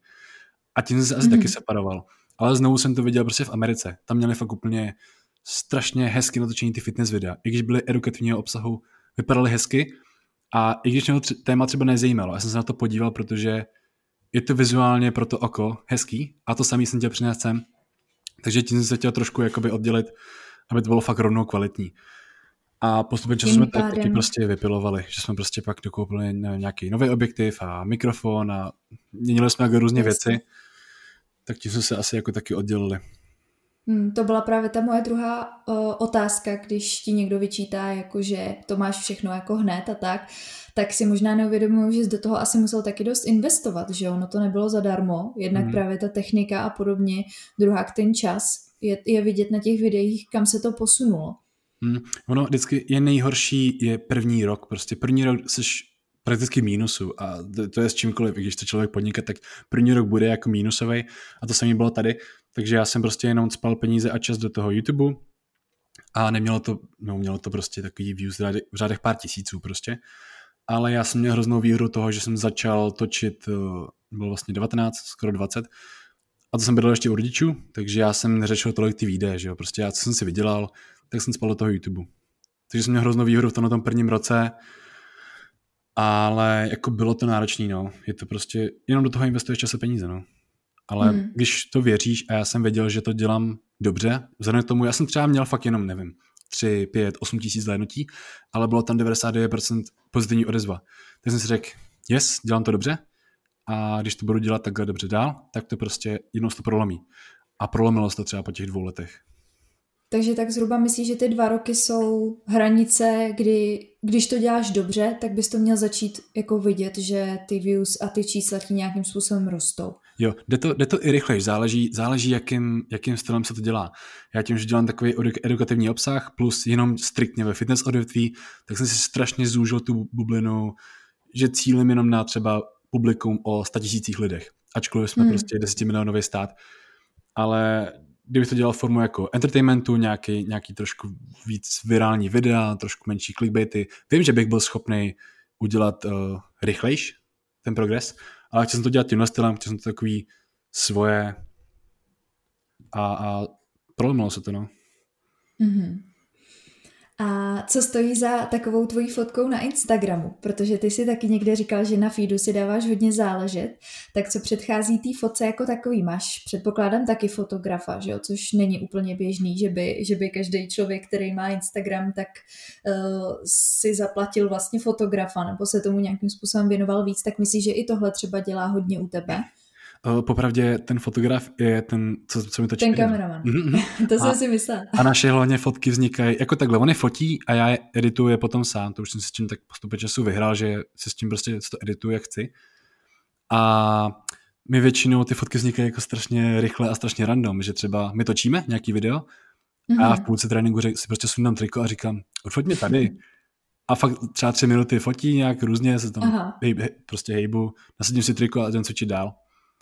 A tím jsem se asi mm-hmm. taky separoval. Ale znovu jsem to viděl prostě v Americe. Tam měli fakt úplně strašně hezky natočení ty fitness videa. I když byly edukativního obsahu, vypadaly hezky a i když mě to téma třeba nezajímalo. Já jsem se na to podíval, protože je to vizuálně pro to oko hezký a to samý jsem chtěl přinést sem. Takže tím jsem se chtěl trošku jakoby oddělit, aby to bylo fakt rovnou kvalitní. A postupně času jsme tak, taky prostě vypilovali, že jsme prostě pak dokoupili nějaký nový objektiv a mikrofon a měnili jsme jako různě věci, tak tím jsme se asi jako taky oddělili. Hmm, to byla právě ta moje druhá uh, otázka, když ti někdo vyčítá, jako že to máš všechno jako hned a tak, tak si možná neuvědomuji, že jsi do toho asi musel taky dost investovat, že ono to nebylo zadarmo, jednak hmm. právě ta technika a podobně, druhá ten čas, je, je vidět na těch videích, kam se to posunulo. Hmm. Ono vždycky je nejhorší je první rok, prostě první rok jsi prakticky mínusu a to je s čímkoliv, když to člověk podniká, tak první rok bude jako mínusový a to samé bylo tady, takže já jsem prostě jenom spal peníze a čas do toho YouTube a nemělo to, no mělo to prostě takový views v řádech pár tisíců prostě, ale já jsem měl hroznou výhodu toho, že jsem začal točit, bylo vlastně devatenáct, skoro dvacet a to jsem bydlel ještě u rodičů, takže já jsem neřešil tolik ty videa, že jo, prostě já co jsem si vydělal, tak jsem spal do toho YouTube. Takže jsem měl hroznou výhodu v tom, na tom prvním roce, ale jako bylo to náročný, no. Je to prostě, jenom do toho investuješ čas a peníze, no. Ale hmm. když to věříš a já jsem věděl, že to dělám dobře, vzhledem k tomu, já jsem třeba měl fakt jenom, nevím, tři, pět, osm tisíc zhlédnutí, ale bylo tam devadesát devět procent pozitivní odezva. Tak jsem si řekl, yes, dělám to dobře a když to budu dělat takhle dobře dál, tak to prostě jednou se to prolomí. A prolomilo se to třeba po těch dvou letech. Takže tak zhruba myslíš, že ty dva roky jsou hranice, kdy, když to děláš dobře, tak bys to měl začít jako vidět, že ty views a ty čísla ti nějakým způsobem rostou. Jo, jde to, jde to i rychleji, záleží, záleží jakým, jakým stylem se to dělá. Já tím, že dělám takový edukativní obsah, plus jenom striktně ve fitness odvětví, tak jsem si strašně zúžil tu bublinu, že cílím jenom na třeba publikum o sta tisících lidech, ačkoliv jsme hmm. prostě desetimilionový stát, ale kdybych to dělal formu jako entertainmentu, nějaký, nějaký trošku víc virální videa, trošku menší clickbaity, vím, že bych byl schopný udělat uh, rychlejš ten progres, ale chtěl jsem to dělat tímhle stylem, chtěl jsem to takový svoje a, a prolomilo se to, no. Mm-hmm. A co stojí za takovou tvojí fotkou na Instagramu? Protože ty si taky někde říkal, že na feedu si dáváš hodně záležet. Tak co předchází té fotce jako takový? Máš, předpokládám, taky fotografa, že jo? Což není úplně běžný, že by, že by každý člověk, který má Instagram, tak uh, si zaplatil vlastně fotografa nebo se tomu nějakým způsobem věnoval víc. Tak myslíš, že i tohle třeba dělá hodně u tebe? Popravdě ten fotograf je ten, co, co mi točí. Ten kameraman. Mm-hmm. To jsem si myslela. A naše hlavně fotky vznikají jako takhle. On je fotí a já je edituju je potom sám. To už jsem si s tím tak postupem času vyhrál, že si s tím prostě to edituju, jak chci. A my většinou ty fotky vznikají jako strašně rychle a strašně random, že třeba my točíme nějaký video mm-hmm. a já v půlce tréninku si prostě sundám triko a říkám, odfoť mě tady. A fakt třeba tři minuty fotí nějak různě, se tam hej, hej, prostě hejbu, nasadím si triko a jdem cvičit dál.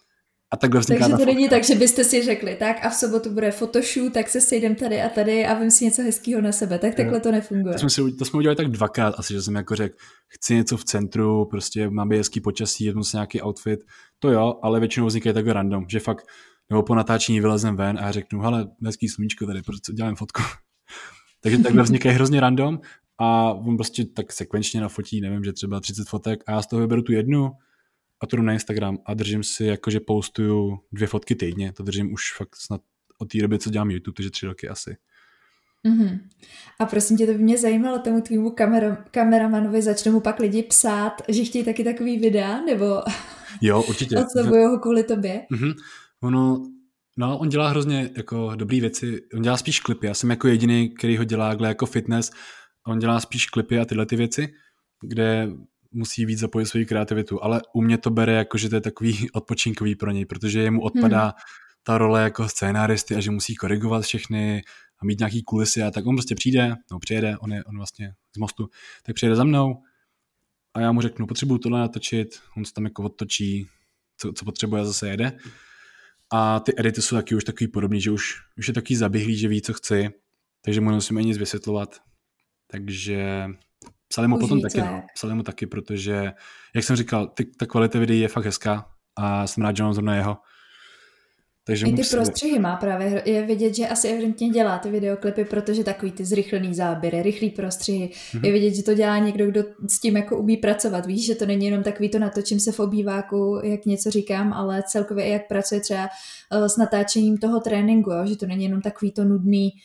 A takhle vzniká Takže to fotka. není tak, že byste si řekli, tak a v sobotu bude photoshoot, tak se sejdem tady a tady a vem si něco hezkýho na sebe. Tak takhle to nefunguje. To jsme, si, to jsme udělali tak dvakrát asi, že jsem jako řekl, chci něco v centru, prostě mám hezký počasí, jednu si nějaký outfit, to jo, ale většinou vznikají takhle random, že fakt, nebo po natáčení vylezem ven a já řeknu, hele, hezký sluníčko tady, prostě dělám fotku. Takže takhle vznikají hrozně random a on prostě tak sekvenčně nafotí, nevím, že třeba třicet fotek a já z toho vyberu tu jednu a to jdu na Instagram a držím si, jakože postuju dvě fotky týdně. To držím už fakt snad od té doby, co dělám YouTube, takže tři roky asi. Mm-hmm. A prosím tě, to by mě zajímalo tomu tvýmu kamera, kameramanovi, začne mu pak lidi psát, že chtějí taky takový videa, nebo jo, určitě. Odsledují ho kvůli tobě? Mm-hmm. Ono, no, on dělá hrozně jako dobrý věci. On dělá spíš klipy. Já jsem jako jediný, který ho dělá jako fitness. A on dělá spíš klipy a tyhle ty věci, kde musí víc zapojit svoji kreativitu, ale u mě to bere jako, že to je takový odpočinkový pro něj, protože jemu odpadá hmm. ta role jako scénáristy a že musí korigovat všechny a mít nějaký kulisy a tak on prostě přijde, no přijede, on je on vlastně z Mostu, tak přijede za mnou a já mu řeknu, potřebuju tohle natočit, on se tam jako odtočí, co, co potřebuje a zase jede. A ty edity jsou taky už takový podobný, že už, už je takový zaběhlý, že ví, co chci, takže mu nemusím ani nic vysvětlovat. Takže psali mu potom taky, no. psali mu taky, protože, jak jsem říkal, ty, ta kvalita videí je fakt hezká a jsem rád, že mám zrovna jeho. Takže i ty psali... prostřihy má právě, je vidět, že asi evidentně dělá ty videoklipy, protože takový ty zrychlený záběry, rychlý prostřihy, mm-hmm. je vidět, že to dělá někdo, kdo s tím jako umí pracovat, víš, že to není jenom takový to natočím se v obýváku, jak něco říkám, ale celkově jak pracuje třeba s natáčením toho tréninku, jo? Že to není jenom takový to nudný,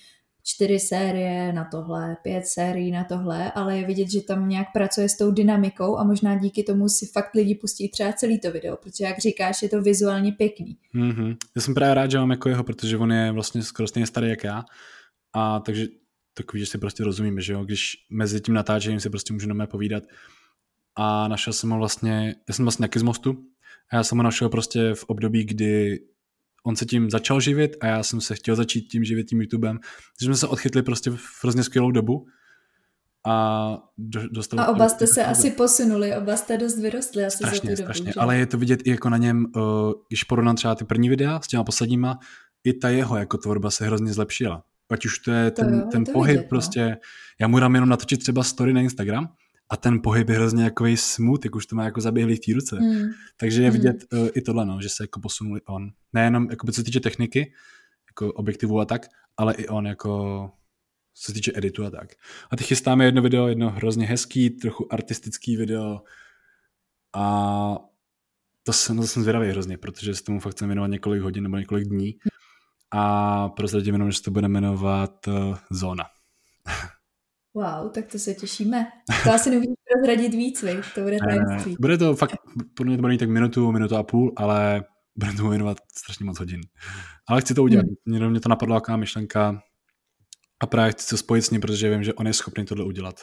čtyři série na tohle, pět sérií na tohle, ale je vidět, že tam nějak pracuje s tou dynamikou a možná díky tomu si fakt lidi pustí třeba celý to video, protože jak říkáš, je to vizuálně pěkný. Mm-hmm. Já jsem právě rád, že mám jako jeho, protože on je vlastně skoro stejně starý jak já, a takže takový, že si prostě rozumíme, že jo, když mezi tím natáčením si prostě můžeme povídat. A našel jsem ho vlastně, já jsem vlastně taky z Mostu, a já jsem ho našel prostě v období, kdy on se tím začal živit a já jsem se chtěl začít tím živit tím YouTubem, takže jsme se odchytli prostě v hrozně skvělou dobu. A, do, dostal a oba jste se asi posunuli, oba jste dost vyrostli asi strašně, za tu dobu. Strašně, že? ale je to vidět i jako na něm, uh, když porovnám třeba ty první videa s těma posledníma, i ta jeho jako tvorba se hrozně zlepšila. Ať už to je ten, to jo, ten to pohyb vidět, prostě, no. Já mu dám jenom natočit třeba story na Instagram a ten pohyb je hrozně jakovej smooth, jak už to má jako zaběhlý v té ruce. Mm. Takže je vidět mm. uh, i tohle, no, že se jako posunuli on. Nejenom jako co se týče techniky, jako objektivů a tak, ale i on jako co se týče editu a tak. A teď chystáme jedno video, jedno hrozně hezký, trochu artistický video a to jsem, to jsem zvědavý hrozně, protože se tomu fakt chcem věnovat několik hodin nebo několik dní a prozradím jenom, že se to bude jmenovat uh, Zóna. Wow, tak to se těšíme. To asi nemůžeš prozradit víc, vej? To bude tajemství. Bude to fakt, podle mě to bude mít tak minutu, minutu a půl, ale bude tomu věnovat strašně moc hodin. Ale chci to udělat. Hmm. Mě to napadla jaká myšlenka a právě chci se spojit s ním, protože vím, že on je schopný tohle udělat.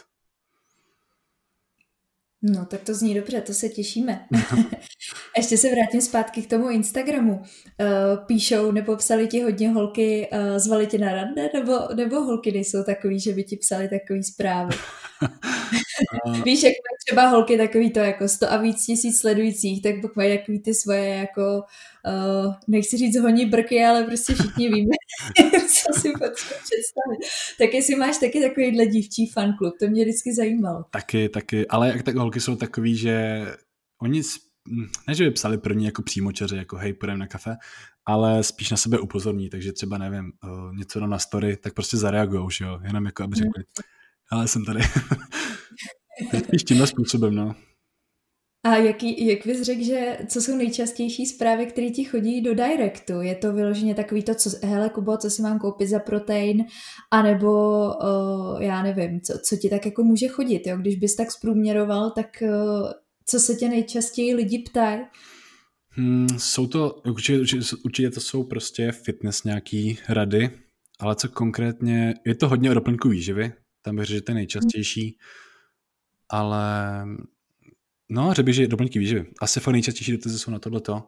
No, tak to zní dobře, to se těšíme. Ještě se vrátím zpátky k tomu Instagramu. Uh, píšou nebo psali ti hodně holky, uh, zvali tě na rande, nebo, nebo holky nejsou takový, že by ti psali takový zprávy? Víš, jak mají třeba holky takový to jako sto a víc tisíc sledujících, tak pak mají takový ty svoje jako, uh, nechci říct honí brky, ale prostě všichni víme, co si potřeba představit. Tak jestli máš taky takovýhle dívčí fanklub, to mě vždycky zajímalo. Taky, taky, ale jak tak holky jsou takový, že oni, ne že by psali první jako přímočaře, jako hej, půjdeme na kafe, ale spíš na sebe upozorní, takže třeba nevím, uh, něco na story, tak prostě zareagujou, že jo, jenom jako aby řekli, ale jsem tady. Spíš tímhle způsobem, no. A jaký, jak bys řekl, že co jsou nejčastější zprávy, které ti chodí do directu? Je to vyloženě takový to, co, hele Kubo, co si mám koupit za protein, anebo uh, já nevím, co, co ti tak jako může chodit, jo? Když bys tak zprůměroval, tak uh, co se tě nejčastěji lidi ptají? Hmm, jsou to, určitě, určitě to jsou prostě fitness nějaký rady, ale co konkrétně, je to hodně o doplňku výživy, tam bych řekl, že to je nejčastější, hmm. ale no, řekl bych, že doplňky výživy. Asi fakt nejčastější dotazy jsou na tohleto,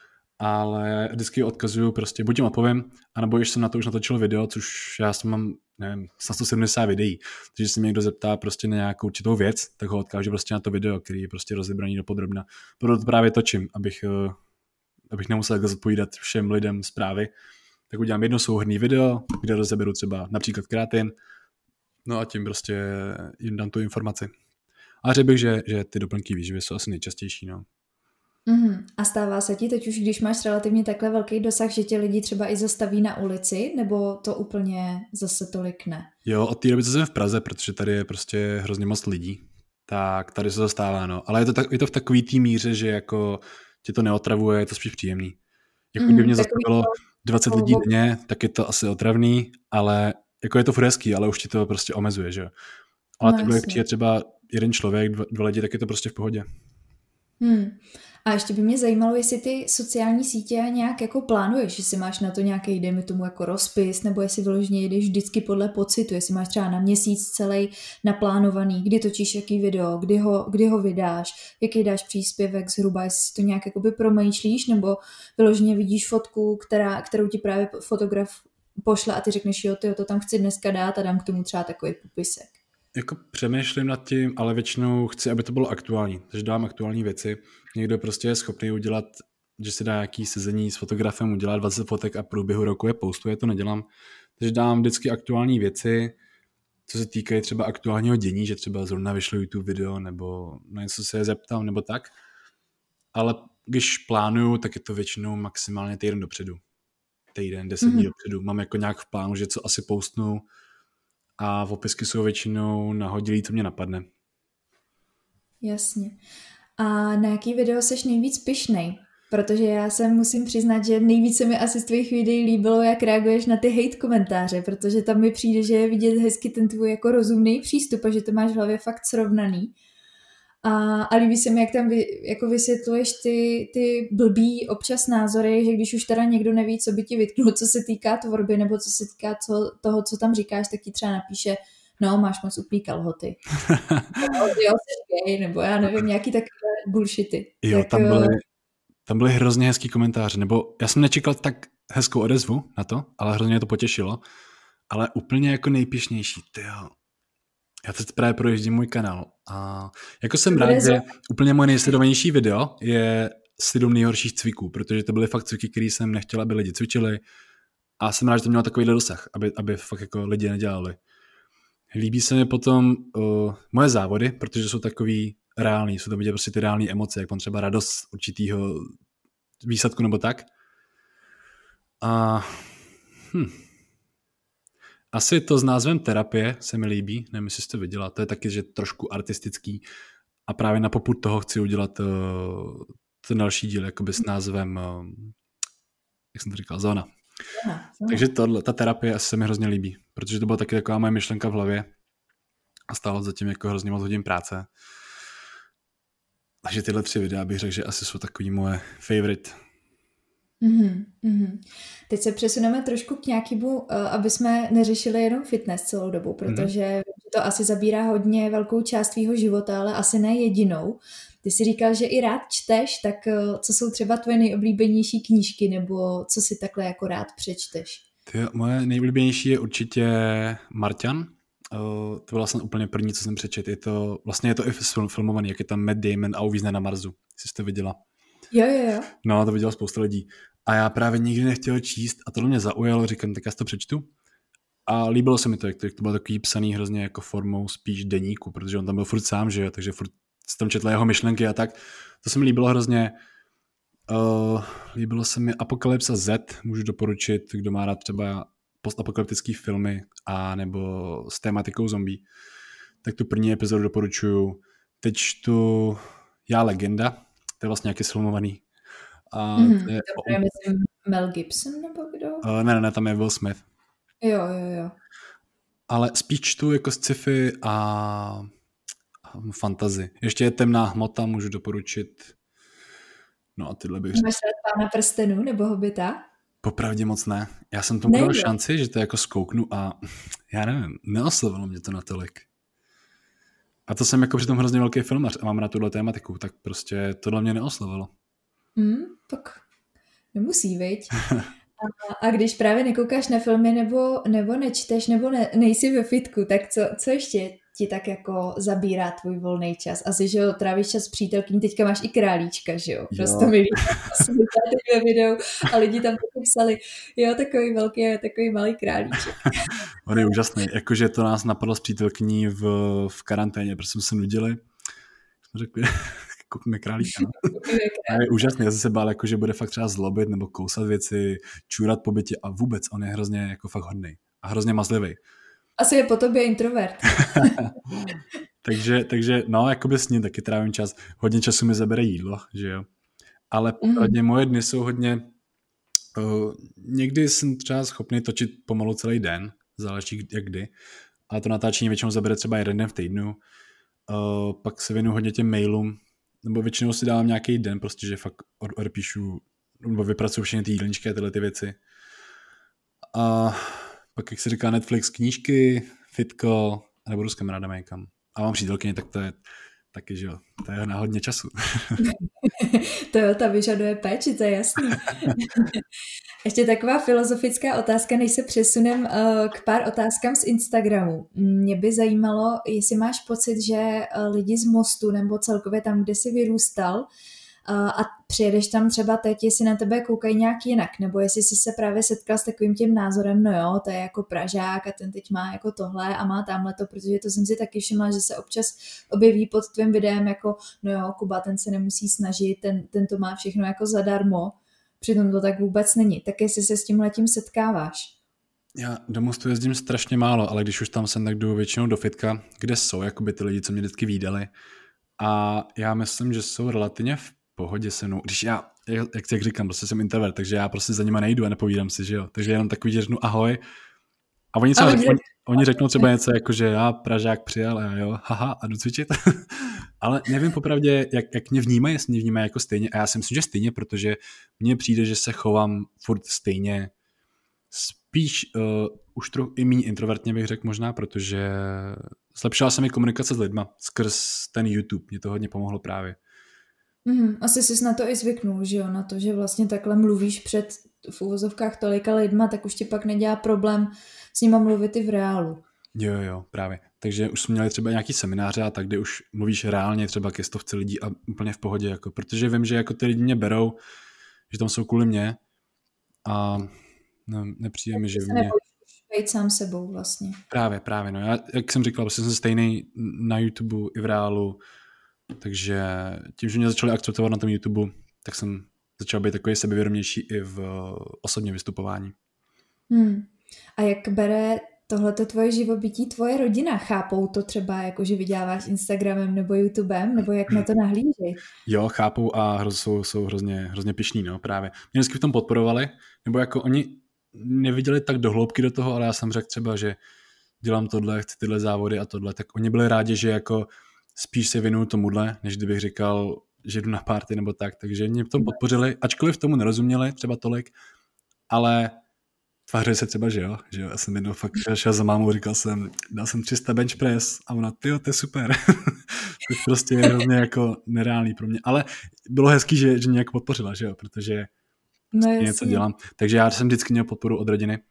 ale vždycky odkazuju prostě, buď jim odpovím, anebo když jsem na to už natočil video, což já jsem mám, nevím, sto sedmdesát videí, takže se mě někdo zeptá prostě na nějakou určitou věc, tak ho odkážu prostě na to video, který je prostě rozebraný dopodrobna. Proto to právě točím, abych, abych nemusel takhle zodpovídat všem lidem zprávy, tak udělám jedno souhrnný video, kde rozeberu třeba například kreatin, no a tím prostě jim dám tu informaci. A řekl bych, že, že ty doplňky výživy jsou asi nejčastější, no. Mm, a stává se ti teď už, když máš relativně takhle velký dosah, že tě lidi třeba i zastaví na ulici, nebo to úplně zase tolik ne? Jo, od té doby, co jsem v Praze, protože tady je prostě hrozně moc lidí, tak tady se to stává, no. Ale je to, tak, je to v takový té míře, že jako tě to neotravuje, je to spíš příjemný. Jako mm, kdyby mě zastavilo dvacet lidí denně, tak je to asi otravný, ale jako je to furt hezký, ale už ti to prostě omezuje, že jo. Ale no, takhle, jak přijde třeba jeden člověk, dva, dva lidi, tak je to prostě v pohodě. Hmm. A ještě by mě zajímalo, jestli ty sociální sítě nějak jako plánuješ, jestli máš na to nějaký, dejme tomu jako rozpis, nebo jestli vyloženě jdeš vždycky podle pocitu, jestli máš třeba na měsíc celý naplánovaný, kdy točíš jaký video, kdy ho, kdy ho vydáš, jaký dáš příspěvek zhruba, jestli si to nějak jakoby promýšlíš, nebo vyloženě vidíš fotku, která, kterou ti právě fotograf pošle a ty řekneš, jo, tyjo, to tam chci dneska dát a dám k tomu třeba takový popisek. Jako přemýšlím nad tím, ale většinou chci, aby to bylo aktuální. Takže dám aktuální věci. Někdo prostě je schopný udělat, že si dá nějaký sezení s fotografem, udělá dvacet fotek a průběhu roku je postuje, to nedělám. Takže dám vždycky aktuální věci, co se týkají třeba aktuálního dění, že třeba zrovna vyšlo YouTube video, nebo na něco se je zeptám, nebo tak. Ale když plánuju, tak je to většinou maximálně týden dopředu. Týden, deset mm-hmm. dní dopředu. Mám jako nějak v plánu, že co asi postnu, a opisky jsou většinou nahodilý, co mě napadne. Jasně. A na jaký video seš nejvíc pyšnej? Protože já se musím přiznat, že nejvíce mi asi z tvých videí líbilo, jak reaguješ na ty hate komentáře, protože tam mi přijde, že je vidět hezky ten tvůj jako rozumný přístup a že to máš v hlavě fakt srovnaný. A, a líbí se mi, jak tam vy, jako vysvětluješ ty, ty blbý občas názory, že když už teda někdo neví, co by ti vytknul, co se týká tvorby, nebo co se týká co, toho, co tam říkáš, tak ti třeba napíše, no, máš moc uplý kalhoty. No, jo, jsi gay, nebo já nevím, nějaký takové bullshity. Jo, tak, tam byly, tam byly hrozně hezký komentáře, nebo já jsem nečekal tak hezkou odezvu na to, ale hrozně mě to potěšilo, ale úplně jako nejpěšnější, tyjo. Já teď právě projíždím můj kanál a jako jsem rád, že úplně moje nejsledovanější video je sedm nejhorších cviků, protože to byly fakt cviky, které jsem nechtěl, aby lidi cvičili a jsem rád, že to mělo takovýhle dosah, aby, aby fakt jako lidi nedělali. Líbí se mi potom uh, moje závody, protože jsou takový reální, jsou tam vidět prostě ty reální emoce, jak mám třeba radost určitýho výsledku nebo tak. A hm. Asi to s názvem terapie se mi líbí, nevím, jestli jste viděla, to je taky, že trošku artistický a právě na popud toho chci udělat uh, ten další díl, jakoby s názvem, uh, jak jsem to říkal, Zóna. Aha, takže tohle, ta terapie asi se mi hrozně líbí, protože to byla taky taková moje myšlenka v hlavě a stálo zatím jako hrozně moc hodin práce. Takže tyhle tři videa bych řekl, že asi jsou takový moje favorite. Mm-hmm, mm-hmm. Teď se přesuneme trošku k nějakému, uh, aby jsme neřešili jenom fitness celou dobu, protože mm-hmm. to asi zabírá hodně velkou část tvýho života, ale asi ne jedinou. Ty jsi říkal, že i rád čteš, tak uh, co jsou třeba tvoje nejoblíbenější knížky, nebo co si takhle jako rád přečteš? Ty, moje nejoblíbenější je určitě Marťan. Uh, to byla vlastně úplně první, co jsem přečet. Je to, vlastně je to i filmovaný, jak je tam Matt Damon a uvízne na Marsu. Jestli jsi to viděla. Jo, jo, jo. No, to viděla spousta lidí. A já právě nikdy nechtěl číst a tohle mě zaujalo, říkám, tak já si to přečtu. A líbilo se mi to, jak to, jak to bylo takový psaný hrozně jako formou spíš deníku, protože on tam byl furt sám, že jo, takže furt tam četla jeho myšlenky a tak. To se mi líbilo hrozně. Uh, líbilo se mi Apokalypsa Z, můžu doporučit, kdo má rád třeba postapokalyptické filmy a nebo s tématikou zombie. Tak tu první epizodu doporučuju. Teď čtu Já legenda, to je vlastně nějaký filmovaný. A mm, to je, to je myslím Mel Gibson nebo kdo? Uh, ne, ne, ne, tam je Will Smith. Jo, jo, jo. Ale spíš čtu jako sci-fi a, a fantasy. Ještě je Temná hmota, můžu doporučit. No a tyhle bych řekl. Máš rád Pána prstenů nebo Hobita? Popravdě moc ne. Já jsem tomu dal šanci, že to jako zkouknu a já nevím, neoslovilo mě to natolik. A to jsem jako přitom hrozně velký filmař a mám na tuhle tématiku, tak prostě tohle mě neoslovilo. Hmm, tak nemusí, viď? A, a když právě nekoukáš na filmy nebo, nebo nečteš, nebo ne, nejsi ve fitku, tak co, co ještě ti tak jako zabírá tvůj volný čas? Asi, že jo, trávíš čas s přítelkyní, teďka máš i králíčka, že jo? Prostě mi líbí, jsem teď ve videu a lidi tam taky psali, jo, takový velký, takový malý králíček. On je úžasný, jakože to nás napadlo s přítelkyní v, v karanténě, protože jsme se nudili. Jsme řekli, koupíme králíka. A je úžasný, já jsem se bál, jako, že bude fakt třeba zlobit nebo kousat věci, čůrat po bytě a vůbec on je hrozně jako fakt hodnej a hrozně mazlivý. Asi je po tobě introvert. takže, takže no, jakoby s ním taky trávím čas. Hodně času mi zabere jídlo, že jo. Ale popravdě mm. moje dny jsou hodně, uh, někdy jsem třeba schopný točit pomalu celý den, záleží jak kdy, ale to natáčení většinou zabere třeba jeden den v týdnu. Uh, pak se věnuju hodně těm mailům, nebo většinou si dávám nějaký den, prostě, že fakt odepíšu, nebo vypracuju všechny ty jídlníčky a tyhle ty věci. A pak, jak se říká, Netflix, knížky, fitko, a nebudu s kamarádama někam. A mám přítelkyně, tak to je taky, že jo, to je na hodně času. To jo, ta vyžaduje péči, to je jasný. Ještě taková filozofická otázka, než se přesunem k pár otázkám z Instagramu. Mě by zajímalo, jestli máš pocit, že lidi z Mostu nebo celkově tam, kde jsi vyrůstal a přijedeš tam třeba teď, jestli na tebe koukají nějak jinak, nebo jestli jsi se právě setkal s takovým tím názorem, no jo, to je jako Pražák a ten teď má jako tohle a má tamhleto, protože to jsem si taky všimla, že se občas objeví pod tvým videem jako, no jo, Kuba, ten se nemusí snažit, ten, ten to má všechno jako zadarmo, přitom to tak vůbec není. Tak jestli se s tímhletím setkáváš? Já do Mostu jezdím strašně málo, ale když už tam jsem, tak jdu většinou do fitka, kde jsou jakoby ty lidi, co mě vždycky vídali. A já myslím, že jsou relativně v pohodě se mnou. Když já, jak, jak říkám, prostě jsem introvert, takže já prostě za nima nejdu a nepovídám si, že jo. Takže jenom takový, že řeknu ahoj a oni, třeba řek, oni, oni řeknou třeba něco jako, že já Pražák přijel a já jo, haha, a jdu cvičit. Ale nevím popravdě, jak, jak mě vnímají, jestli mě vnímají jako stejně. A já si myslím, že stejně, protože mně přijde, že se chovám furt stejně. Spíš uh, už trochu i méně introvertně bych řekl možná, protože zlepšila se mi komunikace s lidma skrz ten YouTube. Mě to hodně pomohlo právě. Mm, asi jsi na to i zvyknul, že jo? Na to, že vlastně takhle mluvíš před v uvozovkách tolika lidma, tak už ti pak nedělá problém s nima mluvit i v reálu. Jo, jo, právě. Takže už jsme měli třeba nějaký semináře a tak, kde už mluvíš reálně třeba ke stovce lidí a úplně v pohodě, jako, protože vím, že jako ty lidi mě berou, že tam jsou kvůli mě a no, nepřijde mi, že se mě... být sám sebou vlastně. Právě, právě, no. Já, jak jsem říkal, vlastně jsem stejný na YouTube i v reálu, takže tím, že mě začali akceptovat na tom YouTube, tak jsem začal být takový sebevědomější i v osobním vystupování. Hmm. A jak bere tohleto tvoje živobytí tvoje rodina? Chápou to třeba, jako že vyděláváš Instagramem nebo YouTubem, nebo jak na to nahlížejí? Jo, chápou a hroz, jsou, jsou hrozně, hrozně pyšní, no, právě. Mě vždycky v tom podporovali, nebo jako oni neviděli tak do hloubky do toho, ale já jsem řekl třeba, že dělám tohle, chci tyhle závody a tohle, tak oni byli rádi, že jako spíš se věnuju tomuhle, než kdybych říkal, že jdu na party nebo tak, takže mě v tom podpořili, ačkoliv tomu nerozuměli třeba tolik, ale tvářili se třeba, že jo, že jo, já jsem jednou fakt šel za mámou, říkal jsem, dal jsem tři sta bench press a ona, tyjo, to je super. To prostě je hrozně jako nereálný pro mě, ale bylo hezký, že, že mě jako podpořila, že jo, protože no něco dělám, takže já jsem vždycky měl podporu od rodiny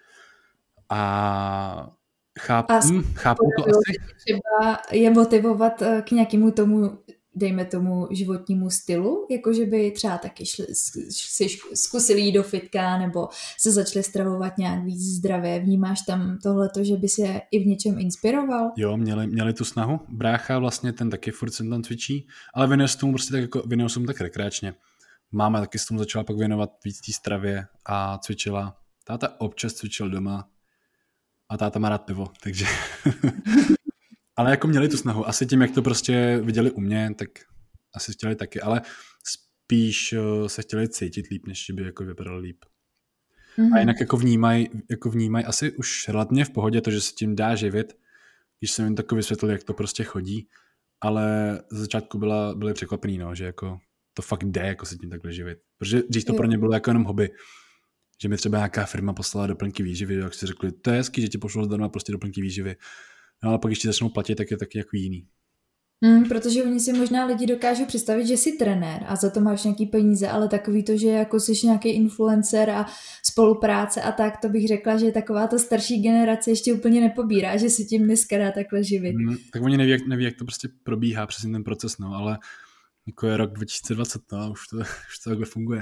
a chápu, a hm, chápu to asi. Třeba je motivovat k nějakému tomu, dejme tomu, životnímu stylu, jakože by třeba taky šli, si zkusili jít do fitka nebo se začali stravovat nějak víc zdravě. Vnímáš tam tohleto, že by se i v něčem inspiroval? Jo, měli, měli tu snahu. Brácha vlastně ten taky furt se tam cvičí, ale věnuje se tomu prostě tak jako, věnuje se tomu tak rekreačně. Máma taky se tomu začala pak věnovat víc té stravě a cvičila. Táta občas cvičil doma a táta má rád pivo, takže... Ale jako měli tu snahu. Asi tím, jak to prostě viděli u mě, tak asi chtěli taky, ale spíš se chtěli cítit líp, než by jako vypadalo líp. Mm-hmm. A jinak jako vnímají jako vnímaj asi už relativně v pohodě to, že se tím dá živit, když jsem jim tak vysvětlil, jak to prostě chodí, ale z začátku byla, byli překvapený, no, že jako to fakt jde jako se tím takhle živit. Protože dřív to pro ně bylo jako jenom hobby. Že mi třeba nějaká firma poslala doplňky výživy, jak si řekli, to je hezký, že ti pošlo zdarma prostě doplňky výživy. No ale pak, když ti začnou platit, tak je taky jako jiný. Hmm, protože oni si možná lidi dokážou představit, že jsi trenér a za to máš nějaký peníze, ale takový to, že jako jsi nějaký influencer a spolupráce a tak, to bych řekla, že taková ta starší generace ještě úplně nepobírá, že si tím dneska dá takhle živit. Hmm, tak oni neví jak, neví, jak to prostě probíhá, přesně ten proces, no, ale jako je rok dva tisíce dvacet, no, a už to, už to takhle funguje.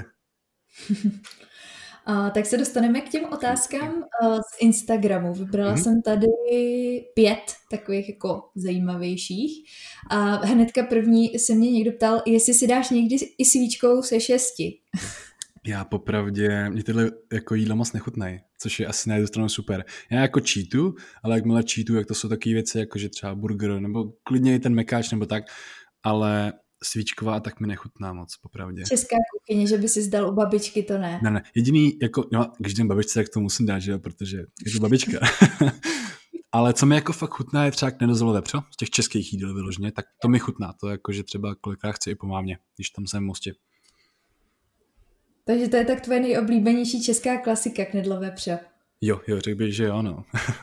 Uh, tak se dostaneme k těm otázkám uh, z Instagramu. Vybrala mm-hmm. jsem tady pět takových jako zajímavějších. A hnedka první se mě někdo ptal, jestli si dáš někdy i svíčkou se šesti. Já popravdě, mě tyhle jako jídla moc nechutnají, což je asi na jednu stranu super. Já jako cheatu, ale jakmile cheatu, jak to jsou takové věci, jako že třeba burger, nebo klidně i ten mekáč, nebo tak, ale svíčková tak mi nechutná moc, popravdě. Česká kuchyně, že by si zdal u babičky, to ne. Ne, ne, jediný, jako, no, když jdem babičce, tak to musím dát, že jo, protože je to babička. Ale co mi jako fakt chutná, je třeba knedlzelo vepřo, z těch českých jídel vyloženě, tak to mi chutná, to jako, že třeba kolikrát chci i po mámě, když tam jsem v Mostě. Takže to je tak tvoje nejoblíbenější česká klasika, knedlo vepřo. Jo, jo, řekl bych, že jo, no.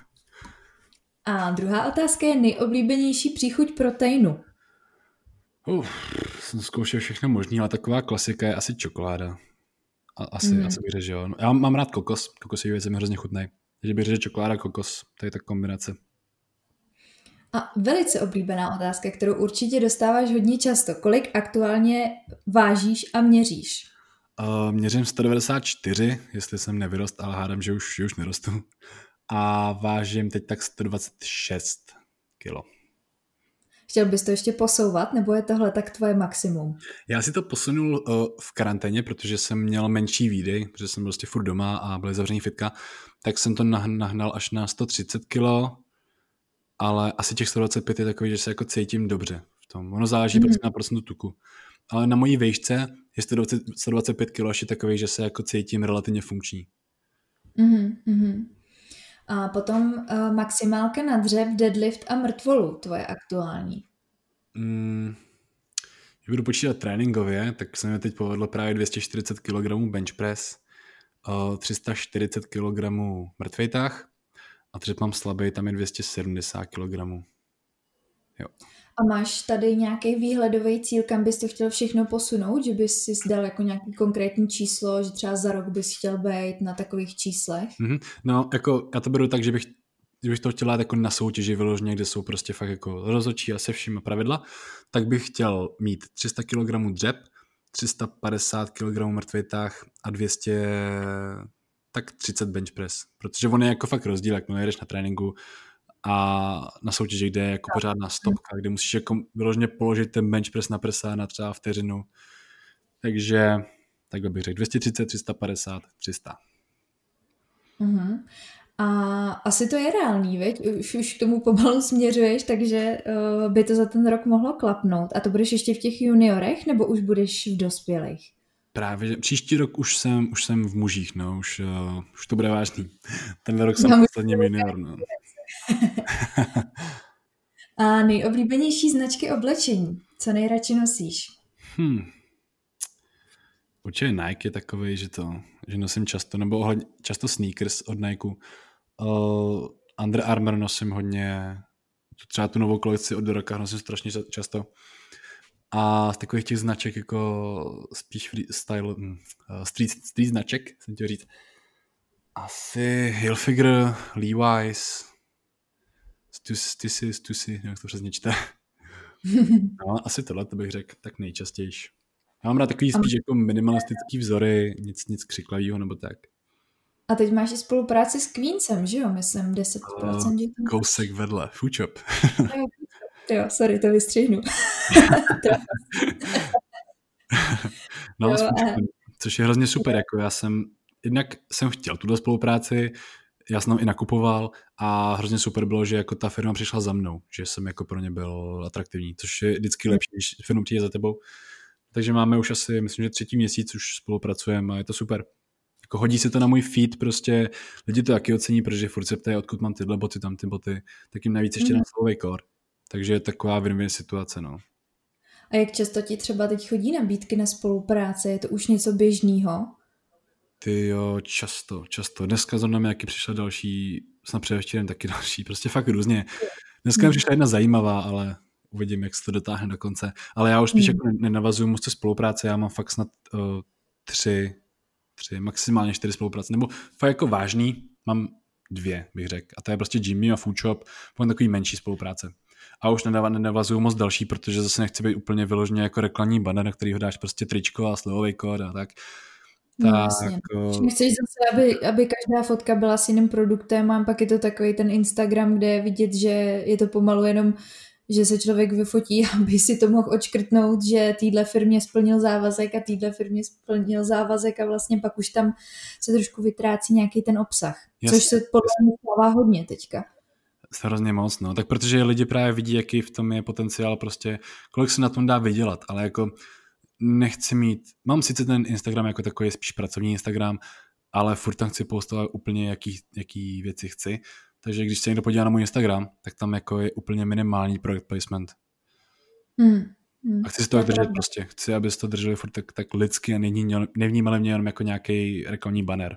A druhá otázka je nejoblíbenější příchuť proteinu. Uf, jsem zkoušel všechno možný, ale taková klasika je asi čokoláda. A, asi, mm. asi bych řekl, že jo. Já mám rád kokos, kokosové věci mi hrozně chutnají. Takže bych řekl čokoláda, kokos, to je ta kombinace. A velice oblíbená otázka, kterou určitě dostáváš hodně často. Kolik aktuálně vážíš a měříš? Uh, měřím sto devadesát čtyři, jestli jsem nevyrost, ale hádám, že už, že už nerostu. A vážím teď tak sto dvacet šest kilo. Chtěl bys to ještě posouvat, nebo je tohle tak tvoje maximum? Já si to posunul uh, v karanténě, protože jsem měl menší výdej, protože jsem byl prostě furt doma a byly zavřený fitka, tak jsem to nahnal až na sto třicet kilo, ale asi těch sto dvacet pět je takový, že se jako cítím dobře v tom. Ono záleží mm. prostě na procentu tuku. Ale na mojí výšce je sto dvacet, sto dvacet pět kilo, až je takový, že se jako cítím relativně funkční. Mm-hmm. A potom uh, maximálka na dřep, deadlift a mrtvolu, tvoje aktuální. Mm, když budu počítat tréninkově, tak se mi teď povedlo právě dvě stě čtyřicet kilogramů bench press, uh, tři sta čtyřicet kilogramů mrtvejtah a dřep mám slabý, tam je dvě stě sedmdesát kilogramů. Jo. A máš tady nějaký výhledový cíl, kam bys to chtěl všechno posunout, že bys si dal jako nějaký konkrétní číslo, že třeba za rok bys chtěl být na takových číslech? Mm-hmm. No, jako já to beru tak, že bych, že bych to chtěl dát jako na soutěži vyloženě, kde jsou prostě fakt jako rozhodčí a se vším pravidla, tak bych chtěl mít tři sta kilogramů dřep, tři sta padesát kilogramů mrtvejtah a dvě stě tak třicet bench press, protože on je jako fakt rozdíl, jak jedeš na tréninku a na soutěži, kde je jako pořádná stopka, kde musíš jako vyloženě položit ten bench press na prsa na třeba vteřinu. Takže takhle bych řekl dvě stě třicet, tři sta padesát, tři sta. Uh-huh. A asi to je reálný, viď? Už, už k tomu pomalu směřuješ, takže uh, by to za ten rok mohlo klapnout. A to budeš ještě v těch juniorech, nebo už budeš v dospělých? Právě, příští rok už jsem, už jsem v mužích, no, už, uh, už to bude vážný. Tenhle rok jsem no, posledně junior, no. A nejoblíbenější značky oblečení? Co nejradši nosíš? Hmm. Určitě Nike je takovej, že to, že nosím často, nebo ohledně, často sneakers od Nike. Uh, Under Armour nosím hodně, třeba tu novou kolekci od Roka nosím strašně často. A z takových těch značek jako spíš style, uh, street, street značek, jsem chtěl říct. Asi Hilfiger, Levi's, Stussy, Stussy, jak to přesně čte. No, asi tohle to bych řekl tak nejčastější. Já mám rád takový spíš jako minimalistický vzory, nic, nic křiklavýho nebo tak. A teď máš i spolupráci s Queensem, že jo? Myslím deset procent. Uh, kousek vedle, Foodshop. Jo, sorry, to vystřihnu. No, jo, s Foodshopem, což je hrozně super. Jako já jsem, jednak jsem chtěl tuto spolupráci, já jsem i nakupoval a hrozně super bylo, že jako ta firma přišla za mnou, že jsem jako pro ně byl atraktivní, což je vždycky lepší, když firma přijde za tebou. Takže máme už asi, myslím, že třetí měsíc už spolupracujeme a je to super. Jako hodí se to na můj feed, prostě lidi to taky ocení, protože furt se ptají, odkud mám tyhle boty, tam ty boty, tak jim navíc ještě mm. na slovej core. Takže je taková win-win situace, no. A jak často ti třeba teď chodí nabídky na spolupráci? Je to už něco běžného? Ty jo, často, často. Dneska zrovna mi jaký přišla další, snad předevčírem taky další, prostě fakt různě. Dneska mi přišla jedna zajímavá, ale uvidím, jak se to dotáhne do konce. Ale já už spíš mm. jako nenavazuju moc spolupráce, já mám fakt snad uh, tři, tři, maximálně čtyři spolupráce, nebo fakt jako vážný, mám dvě, bych řekl. A to je prostě Jimmy a Foodshop, mám takový menší spolupráce. A už nenavazuju moc další, protože zase nechci být úplně vyloženě jako reklamní banner, na který ho dáš prostě tričko a slevový kód a tak. No, tak, uh... Nechceš zase, aby, aby každá fotka byla s jiným produktem a pak je to takový ten Instagram, kde je vidět, že je to pomalu jenom, že se člověk vyfotí, aby si to mohl odškrtnout, že týhle firmě splnil závazek a týhle firmě splnil závazek a vlastně pak už tam se trošku vytrácí nějaký ten obsah. Jasně, což se podle mě stává hodně teďka. Hrozně moc, no. Tak protože lidi právě vidí, jaký v tom je potenciál, prostě kolik se na tom dá vydělat, ale jako nechci mít, mám sice ten Instagram jako takový spíš pracovní Instagram, ale furt tam chci postovat úplně jaký, jaký věci chci, takže když se někdo podívá na můj Instagram, tak tam jako je úplně minimální product placement. Hmm. Hmm. A chci si to tak držet prostě, chci, aby se to drželi furt tak, tak lidsky a nevnímali mě jenom jako nějaký reklamní banner.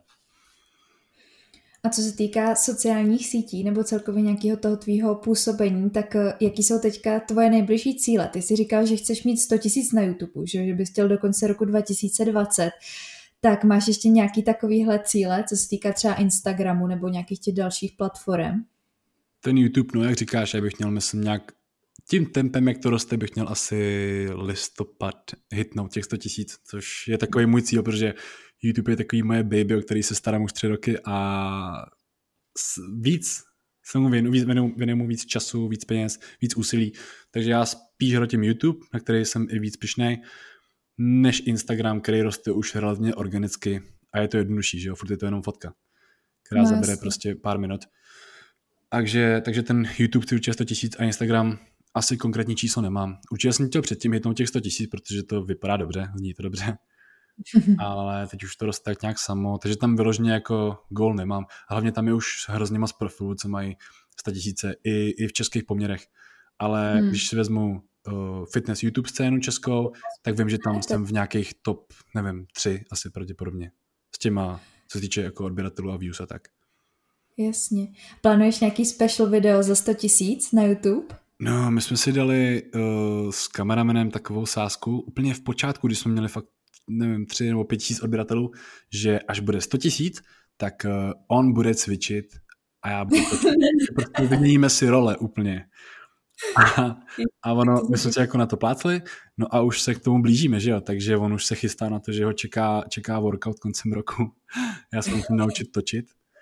A co se týká sociálních sítí nebo celkově nějakého toho tvýho působení, tak jaký jsou teďka tvoje nejbližší cíle? Ty jsi říkal, že chceš mít sto tisíc na YouTube, že, že bys chtěl do konce roku dva tisíce dvacet. Tak máš ještě nějaký takovýhle cíle, co se týká třeba Instagramu nebo nějakých těch dalších platform? Ten YouTube, no jak říkáš, já bych měl, myslím, nějak tím tempem, jak to roste, bych měl asi listopad hitnout těch sto tisíc, což je takový můj cíl, protože YouTube je takový moje baby, o který se starám už tři roky a víc se mu věnu, věnuju mu víc času, víc peněz, víc úsilí. Takže já spíš hrotím YouTube, na který jsem i víc pyšnej, než Instagram, který roste už relativně organicky a je to jednodušší, že jo, furt je to jenom fotka, která no, zabere jasný. Prostě pár minut. Takže, takže ten YouTube chci určitě sto tisíc a Instagram asi konkrétní číslo nemám. Určitě jsem chtěl předtím hitnout těch sto tisíc, protože to vypadá dobře, zní to dobře. ale teď už to roste tak nějak samo, takže tam vyloženě jako gól nemám. A hlavně tam je už hrozně moc profilů, co mají sto tisíce i, i v českých poměrech. Ale hmm. když si vezmu uh, fitness YouTube scénu českou, tak vím, že tam jsem v nějakých top, nevím, tři asi pravděpodobně. S těma, co se týče jako odběratelů a views a tak. Jasně. Plánuješ nějaký special video za sto tisíc na YouTube? No, my jsme si dali uh, s kameramenem takovou sázku úplně v počátku, když jsme měli fakt, nevím, tři nebo pět tisíc odběratelů, že až bude sto tisíc, tak uh, on bude cvičit a já budu točit. Prostě vyměníme si role úplně. A, a ono, my jsme se jako na to plácli, no a už se k tomu blížíme, že jo, takže on už se chystá na to, že ho čeká, čeká workout koncem roku. Já se musím naučit točit.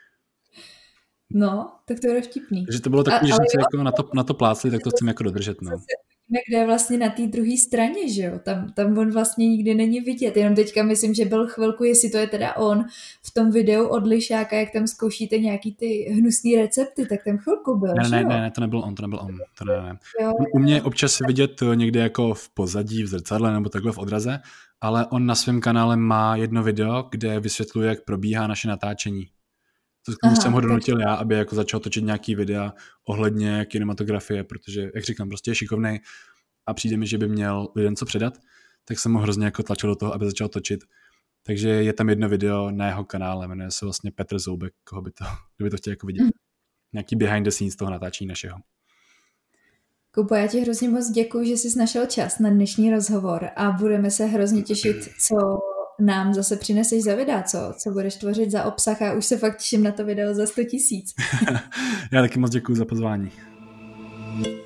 No, tak to bude vtipný. Takže to bylo takový, že jsme se jako na to, na to plácli, tak to chceme jako dodržet, no. Kde je vlastně na té druhé straně, že jo, tam, tam on vlastně nikdy není vidět, jenom teďka myslím, že byl chvilku, jestli to je teda on v tom videu od Lišáka, jak tam zkoušíte nějaký ty hnusný recepty, tak tam chvilku byl, ne, že ne, jo? Ne, ne, to nebyl on, to nebyl on, to ne, ne. Jo, u mě občas vidět někde jako v pozadí, v zrcadle nebo takhle v odraze, ale on na svém kanále má jedno video, kde vysvětluje, jak probíhá naše natáčení. To Aha, jsem ho donutil tak... já, aby jako začal točit nějaký videa ohledně kinematografie, protože, jak říkám, prostě je šikovnej a přijde mi, že by měl lidem co předat, tak jsem ho hrozně jako tlačil do toho, aby začal točit. Takže je tam jedno video na jeho kanále, jmenuje se vlastně Petr Zoubek, koho by to, kdyby to chtěl jako vidět. Mm. Nějaký behind the scenes toho natáčení našeho. Kubo, já ti hrozně moc děkuji, že jsi našel čas na dnešní rozhovor a budeme se hrozně těšit, co nám zase přineseš za videa, co, co budeš tvořit za obsah a už se fakt těším na to video za sto tisíc. Já taky moc děkuji za pozvání.